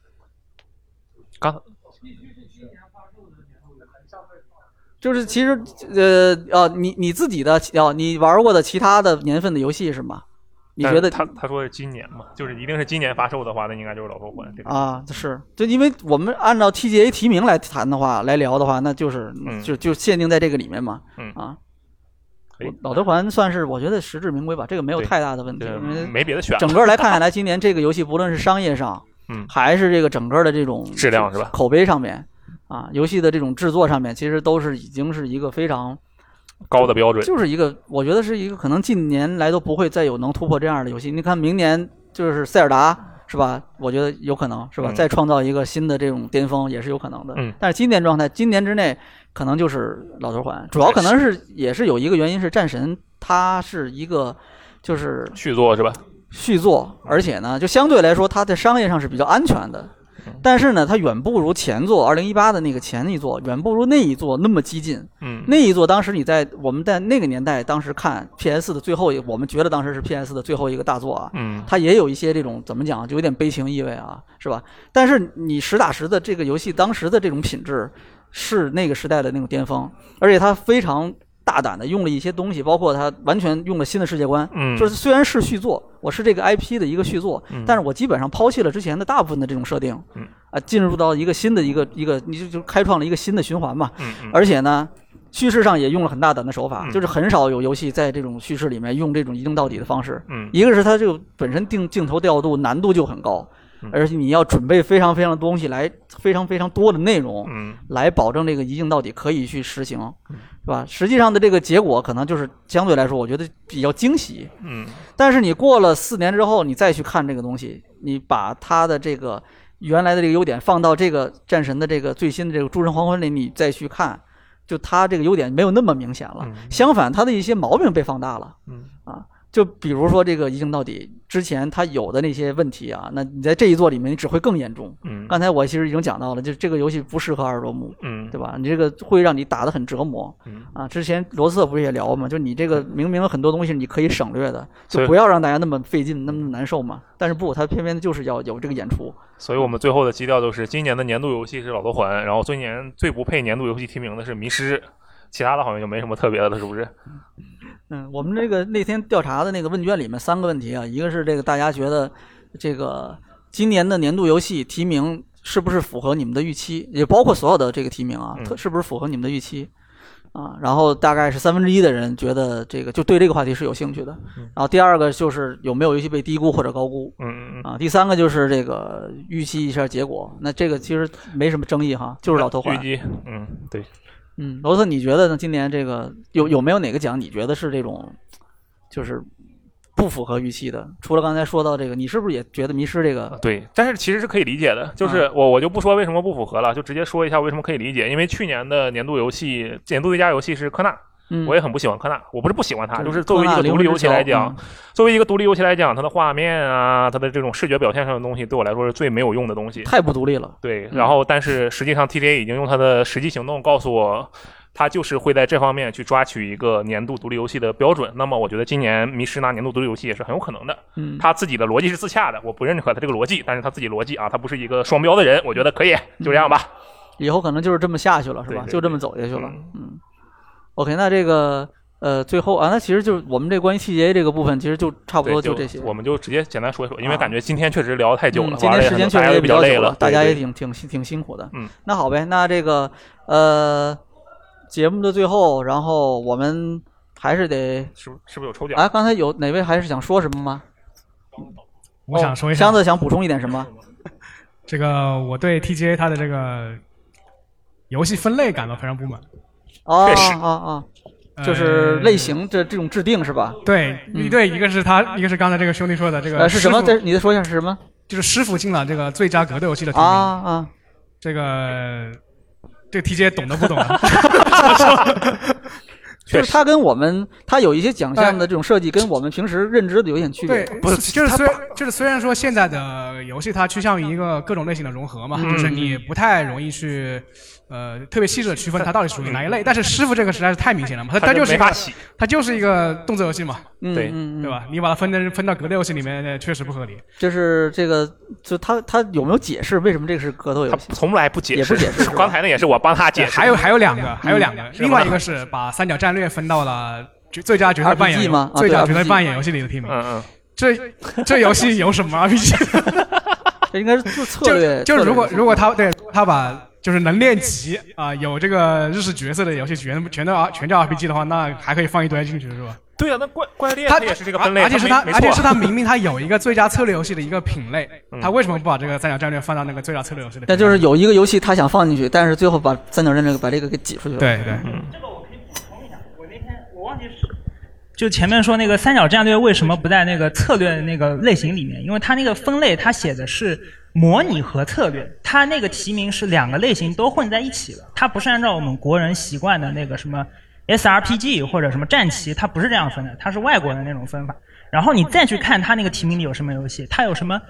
就是其实你自己的你玩过的其他的年份的游戏是吗？你觉得他说是今年嘛，就是一定是今年发售的话，那应该就是老头环啊，是就因为我们按照 TGA 提名来谈的话，来聊的话，那就是就限定在这个里面嘛，老头环算是我觉得实至名归吧，这个没有太大的问题，因为没别的选。 整个来看下来，今年这个游戏不论是商业上，还是这个整个的这种质量是吧？ 口碑上面游戏的这种制作上面，其实都是已经是一个非常高的标准， 就是一个我觉得是一个可能近年来都不会再有能突破这样的游戏。你看明年就是塞尔达是吧？我觉得有可能是吧？再创造一个新的这种巅峰也是有可能的。但是今年状态，今年之内可能就是老头环，主要可能是也是有一个原因是战神，它是一个就是续作是吧？ 续作，而且呢，就相对来说它在商业上是比较安全的。但是呢，它远不如前作2018的那个前一作，远不如那一作那么激进。那一作当时我们在那个年代，当时看 PS 的最后我们觉得当时是 PS 的最后一个大作啊。它也有一些这种怎么讲，就有点悲情意味啊，是吧？但是你实打实的这个游戏当时的这种品质是那个时代的那种巅峰，而且它非常大胆的用了一些东西，包括它完全用了新的世界观。就是虽然是续作，我是这个 IP 的一个续作，但是我基本上抛弃了之前的大部分的这种设定，进入到一个新的一个，你就开创了一个新的循环嘛。而且呢，叙事上也用了很大胆的手法，就是很少有游戏在这种叙事里面用这种一镜到底的方式。一个是它这个本身镜头调度难度就很高。而且你要准备非常非常的东西来，非常非常多的内容，来保证这个一镜到底可以去实行，是吧？实际上的这个结果可能就是相对来说，我觉得比较惊喜。但是你过了4年之后，你再去看这个东西，你把它的这个原来的这个优点放到这个战神的这个最新的这个诸神黄昏里，你再去看，就它这个优点没有那么明显了。相反，它的一些毛病被放大了。就比如说这个一镜到底之前它有的那些问题啊，那你在这一作里面你只会更严重。刚才我其实已经讲到了，就这个游戏不适合20多幕，对吧？你这个会让你打得很折磨。之前罗瑟不是也聊嘛，就你这个明明很多东西你可以省略的，就不要让大家那么费劲，那么难受嘛。但是不，他偏偏就是要有这个演出。 所以我们最后的基调就是今年的年度游戏是老头环，然后今年最不配年度游戏提名的是迷失，其他的好像就没什么特别的了，是不是？ 我们这个那天调查的那个问卷里面3个问题啊，一个是这个大家觉得这个今年的年度游戏提名是不是符合你们的预期，也包括所有的这个提名啊，是不是符合你们的预期？ 啊，然后大概是1/3的人觉得这个就对这个话题是有兴趣的。然后第二个就是有没有游戏被低估或者高估。啊，第三个就是这个预期一下结果。那这个其实没什么争议哈，就是老头环。 预计，对。 罗特，你觉得呢？今年这个有没有哪个奖你觉得是这种就是不符合预期的？除了刚才说到这个，你是不是也觉得迷失这个？ 对，但是其实是可以理解的。就是我就不说为什么不符合了，就直接说一下为什么可以理解。因为去年的年度最佳游戏是科纳。我也很不喜欢科纳，我不是不喜欢它，就是作为一个独立游戏来讲，它的画面啊，它的这种视觉表现上的东西，对我来说是最没有用的东西， 太不独立了。 对，然后但是实际上 TGA 已经用它的实际行动告诉我，它就是会在这方面去抓取一个年度独立游戏的标准。那么我觉得今年迷失拿年度独立游戏也是很有可能的。他自己的逻辑是自洽的，我不认可他这个逻辑，但是他自己逻辑啊，他不是一个双标的人，我觉得可以，就这样吧。 以后可能就是这么下去了，是吧？就这么走下去了。OK， 那这个最后啊，那其实就是我们这关于 TGA 这个部分，其实就差不多就这些。 我们就直接简单说一说，因为感觉今天确实聊得太久了， 今天时间确实也比较累了， 大家也挺辛苦的。那好呗，那这个节目的最后，然后我们还是得是不是有抽奖？ 啊，刚才有哪位还是想说什么吗？ 我想说一下， 箱子想补充一点什么？ 这个我对 TGA 它的这个游戏分类感到非常不满。 就是类型这种制定是吧？ 对，对，一个是刚才这个兄弟说的这个是什么？你再说一下是什么？ 就是师傅进了这个最佳格斗游戏的提名这个 TGA 懂得不懂啊？ 就是它跟它有一些奖项的这种设计，跟我们平时认知的有一点区别。 对，不是，就是虽然说现在的游戏它趋向于一个各种类型的融合嘛，就是你不太容易去特别细致的区分它到底属于哪一类，但是师傅这个实在是太明显了嘛，它就是一个动作游戏嘛， 对吧？你把它分到格斗游戏里面，确实不合理。 就是这个，就他有没有解释为什么这个是格斗游戏？ 他从来不解释， 也不解释。 刚才那也是我帮他解释。 还有两个，另外一个是把三角战略分到了最佳角色扮演吗？ 最佳角色扮演游戏里的提名。这游戏有什么 RPG？ 这应该是策略。 就如果他把就是能练级啊，有这个日式角色的游戏全叫 RPG 的话，那还可以放一堆进去是吧？ 对啊，那怪猎它也是这个分类， 而且是他明明他有一个最佳策略游戏的一个品类，他为什么不把这个三角战略放到那个最佳策略游戏的？ 那就是有一个游戏他想放进去，但是最后把三角战略把这个给挤出去了。 对， 这个我可以补充一下，我那天我忘记就前面说那个三角战略为什么不在那个策略那个类型里面？因为它那个分类它写的是模拟和策略，它那个提名是两个类型都混在一起的，它不是按照我们国人习惯的那个什么 SRPG 或者什么战棋，它不是这样分的，它是外国的那种分法。然后你再去看它那个提名里有什么游戏，它有什么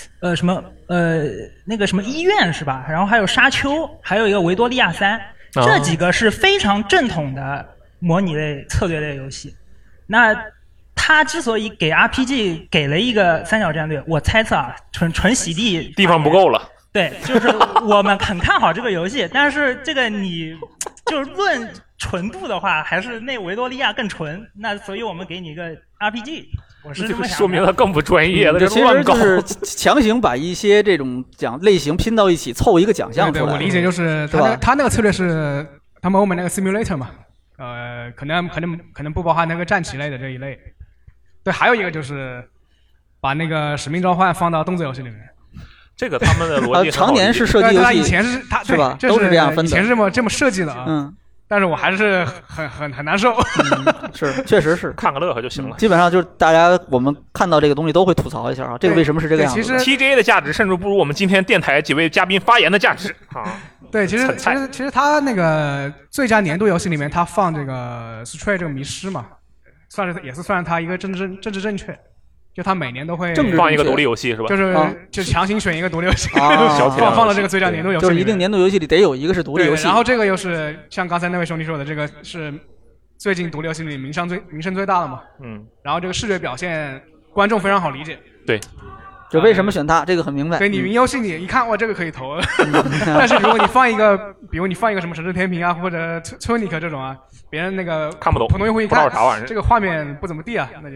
那个什么医院是吧？然后还有沙丘，还有一个维多利亚3，这几个是非常正统的模拟类策略类游戏。那他之所以给 RPG 给了一个三角战略，我猜测啊，纯洗地方不够了。 对，就是我们很看好这个游戏，但是这个你就是论纯度的话，还是那维多利亚更纯。那所以我们给你一个 RPG， 我是这么想的。 说明他更不专业了， 这其实就是强行把一些这种奖类型拼到一起，凑一个奖项出来。 对，我理解就是他那个策略是他们欧美那个 simulator 嘛。可能不包含那个战棋类的这一类。对，还有一个就是把那个使命召唤放到动作游戏里面。 这个他们的逻辑常年是射击游戏， 以前是他是吧？ 都是这样分的， 以前是这么设计的啊。但是我还是很难受。 是，确实是看个乐呵就行了。 基本上就是大家我们看到这个东西都会吐槽一下啊，这个为什么是这个样子？ 其实 TGA 的价值甚至不如我们今天电台几位嘉宾发言的价值啊。 对，其实他那个最佳年度游戏里面，他放这个 Stray 这个迷失嘛，也是算他一个政治正确。就他每年都会放一个独立游戏是吧？ 就强行选一个独立游戏， 放了这个最佳年度游戏， 就是一定年度游戏里得有一个是独立游戏。 然后这个又是像刚才那位兄弟说的，这个是最近独立游戏里名声最大的嘛。然后这个视觉表现，观众非常好理解。 对。 就为什么选它，这个很明白。 对，你云游戏你一看，哇，这个可以投。但是如果你放一个，比如你放一个什么神之天平啊，或者Tunic这种啊，别人那个看不懂， 普通用户一看， 不知道啥玩意儿， 这个画面不怎么地啊，那就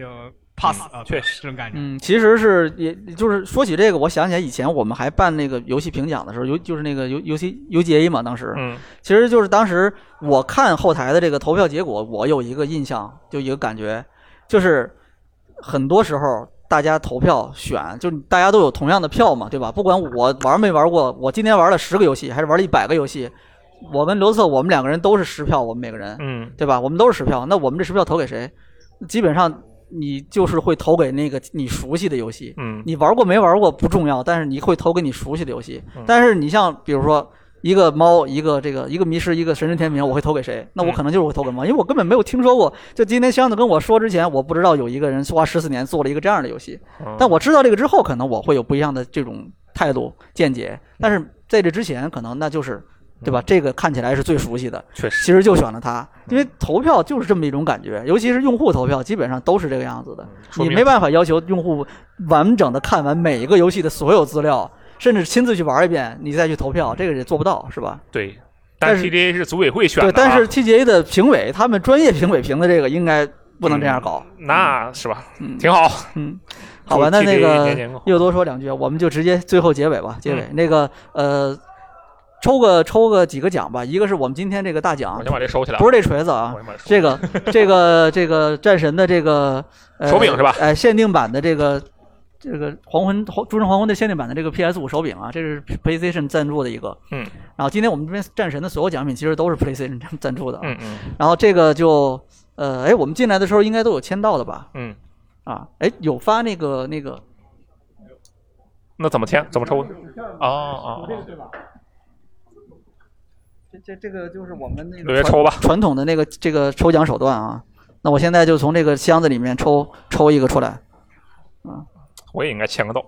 pass 啊， 确实这种感觉。 其实是也就是说起这个，我想起来以前我们还办那个游戏评奖的时候，就是那个UGA 嘛，当时，其实就是当时我看后台的这个投票结果，我有一个印象，就一个感觉，就是很多时候大家投票选，就大家都有同样的票嘛，对吧？不管我玩没玩过，我今天玩了10个游戏，还是玩了100个游戏，我跟刘策我们2个人都是10票，我们每个人，对吧？我们都是10票，那我们这10票投给谁？基本上你就是会投给那个你熟悉的游戏，你玩过没玩过不重要，但是你会投给你熟悉的游戏。但是你像比如说一个猫，一个迷失，一个神之天平，我会投给谁？那我可能就是会投给猫，因为我根本没有听说过。就今天箱子跟我说之前，我不知道有一个人花14年做了一个这样的游戏，但我知道这个之后，可能我会有不一样的这种态度见解。但是在这之前，可能那就是。对吧？这个看起来是最熟悉的， 确实， 其实就选了它，因为投票就是这么一种感觉，尤其是用户投票，基本上都是这个样子的。你没办法要求用户完整的看完每一个游戏的所有资料，甚至亲自去玩一遍，你再去投票，这个也做不到，是吧？ 对，但是 TGA 是组委会选的， 对，但是 TGA 的评委，他们专业评委评的这个应该不能这样搞， 那是吧？挺好， 好吧，那个又多说2句，我们就直接最后结尾吧，结尾那个抽个几个奖吧，一个是我们今天这个大奖， 我先把这收起来， 不是这锤子啊，这个战神的这个手柄是吧？ 限定版的这个诸神黄昏的限定版的这个 PS5 手柄啊，这是 PlayStation 赞助的一个，然后今天我们这边战神的所有奖品其实都是 PlayStation 赞助的，然后这个就我们进来的时候应该都有签到的吧？有发那个， 那怎么签？怎么抽？哦。 这个就是我们那个传统的那个这个抽奖手段啊。那我现在就从这个箱子里面抽一个出来。 我也应该签个到。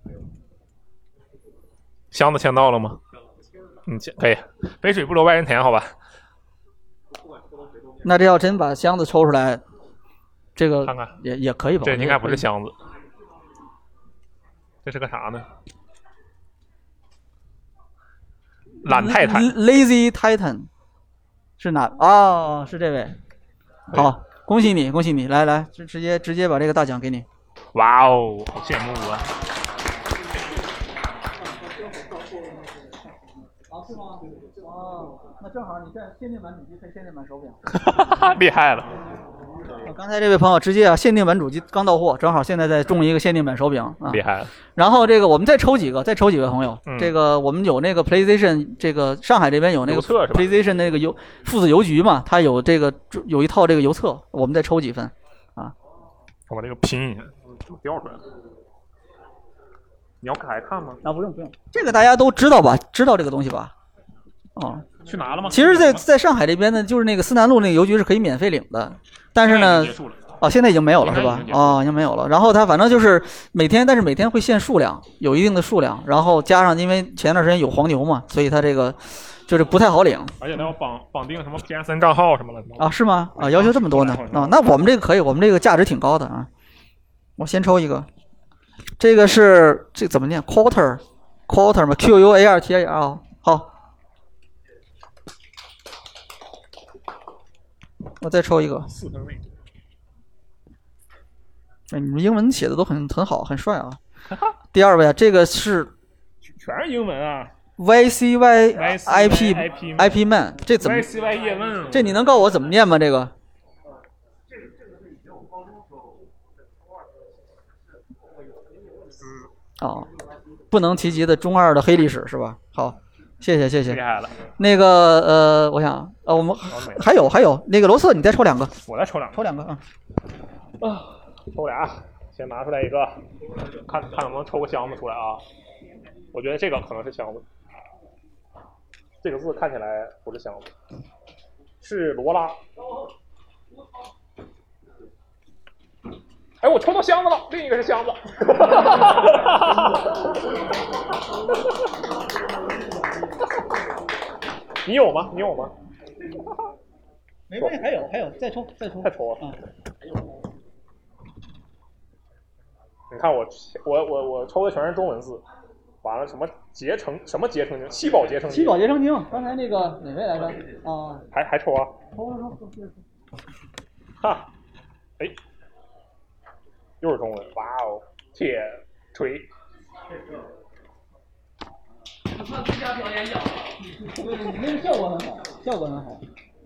箱子签到了吗？可以。肥水不流外人田，好吧。 那这要真把箱子抽出来，这个看看也可以吧？ 这应该不是箱子，这是个啥呢？懒泰坦 ，Lazy Titan 是哪？哦，是这位。好，恭喜你，恭喜你！来，直接把这个大奖给你。 哇哦，好羡慕啊！ 是吗？哦，那正好你这限定版主机配限定版手柄， 厉害了。 刚才这位朋友直接限定版主机刚到货，正好现在在中一个限定版手柄啊， 厉害了。 然后这个我们再抽几个朋友，这个我们有那个 PlayStation， 这个上海这边有那个 PlayStation 那个父子邮局嘛，它有有一套这个邮册，我们再抽几份啊。 我把这个拼一下，掉出来了。你要还看吗？ 不用，这个大家都知道吧？知道这个东西吧？ 去拿了吗？ 其实在上海这边呢，就是那个思南路那个邮局是可以免费领的，但是呢，现在已经没有了是吧？已经没有了。然后它反正就是但是每天会限数量，有一定的数量，然后加上因为前段时间有黄牛嘛，所以它这个就是不太好领。 而且它要绑定什么 PSN 账号什么的是吗？要求这么多呢？那我们这个可以，我们这个价值挺高的啊。我先抽一个，这个是这怎么念 ？quarter 嘛 ，QUARTER 好。我再抽一个。你们英文写的都很好，很帅啊。第二位啊，这个是全是英文啊。 YCYIP man， 这怎么 ？YCY 叶问。 这你能告诉我怎么念吗？这个？不能提及的中二的黑历史是吧？好。谢谢。 厉害了。 那个我想我们还有那个罗瑟，你再抽2个。 我再抽2个。 抽2个啊。 抽俩，先拿出来一个，看能不能抽个箱子出来啊？我觉得这个可能是箱子，这个字看起来不是箱子，是罗拉。哎，我抽到箱子了，另一个是箱子。你有吗？ 没关系，还有，再抽啊！你看我抽的全是中文字，完了什么结成经，七宝结成经。 刚才那个哪位来着？ 还抽啊？ 抽。 哈，哎。 又是中文，哇哦，铁锤。 他最佳表演奖，对，你那个效果很好，效果很好。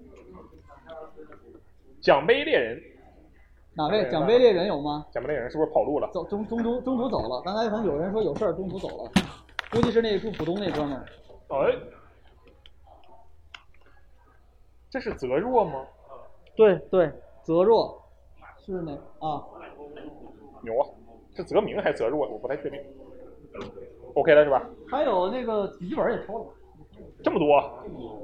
奖杯猎人， 哪位？奖杯猎人有吗？ 奖杯猎人是不是跑路了？ 走中途走了，刚才反正有人说有事儿，中途走了，估计是那住浦东那哥们儿。 哎，这是泽若吗？ 对，泽若是那啊。 牛啊！是泽明还是泽若？我不太确定。OK 了是吧？ 还有那个笔记本也抽了， 这么多。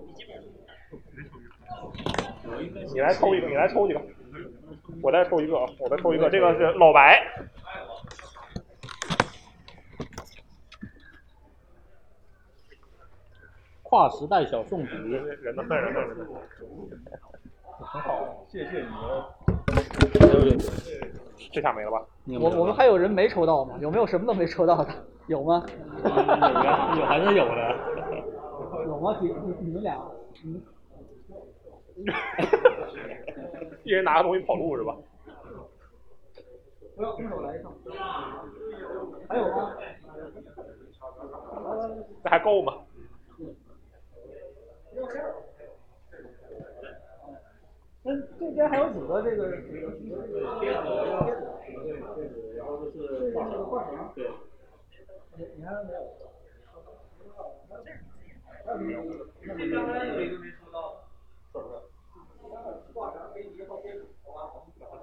你来抽一个，你来抽几个，我再抽一个啊，我再抽一个，这个是老白。 跨时代小宋笔， 人呢？很好， 谢谢你们。这下没了吧？ 我们还有人没抽到吗？有没有什么都没抽到的？有吗？ 有还是有的。 有吗？你们俩？ 一人拿个东西跑路是吧？ 不要空手来一趟。还有吗？ 这还够吗？ 那这边还有几个这个贴合，然后就是挂绳，对。 你还有没有？ 你刚才有一个没说到， 挂绳、飞机和贴纸，好吧？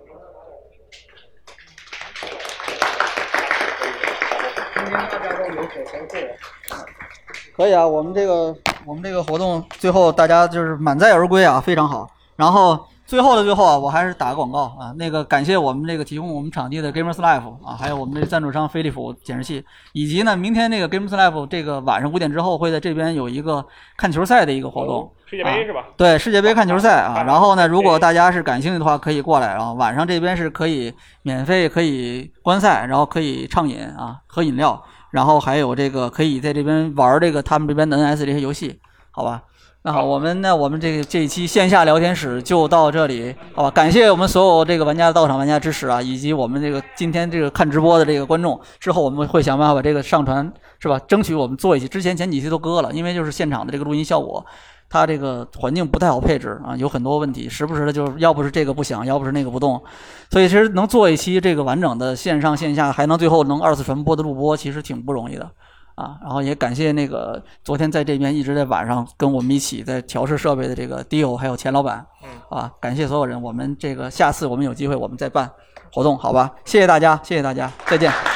今天大家都有所收获。可以啊，我们这个活动最后大家就是满载而归啊，非常好。然后最后啊，我还是打个广告啊，那个感谢我们这个提供我们场地的 Gamers Life 啊，还有我们的赞助商飞利浦显示器，以及呢明天那个 Gamers Life 这个晚上5点之后会在这边有一个看球赛的一个活动。 世界杯是吧？ 对，世界杯看球赛啊。然后呢，如果大家是感兴趣的话，可以过来。然后晚上这边是可以免费可以观赛，然后可以畅饮啊，喝饮料，然后还有这个可以在这边玩这个他们这边的 NS 这些游戏，好吧？那好，我们这一期线下聊天室就到这里，好吧？感谢我们所有这个玩家的到场玩家支持啊，以及我们这个今天这个看直播的这个观众。之后我们会想办法把这个上传，是吧？争取我们做一期，前几期都搁了，因为就是现场的这个录音效果，它这个环境不太好配置啊，有很多问题，时不时的就是要不是这个不响，要不是那个不动，所以其实能做一期这个完整的线上线下，还能最后能2次传播的录播，其实挺不容易的。啊，然后也感谢那个昨天在这边一直在晚上跟我们一起在调试设备的这个 Dio 还有钱老板，啊，感谢所有人，我们这个下次我们有机会我们再办活动，好吧？谢谢大家，再见。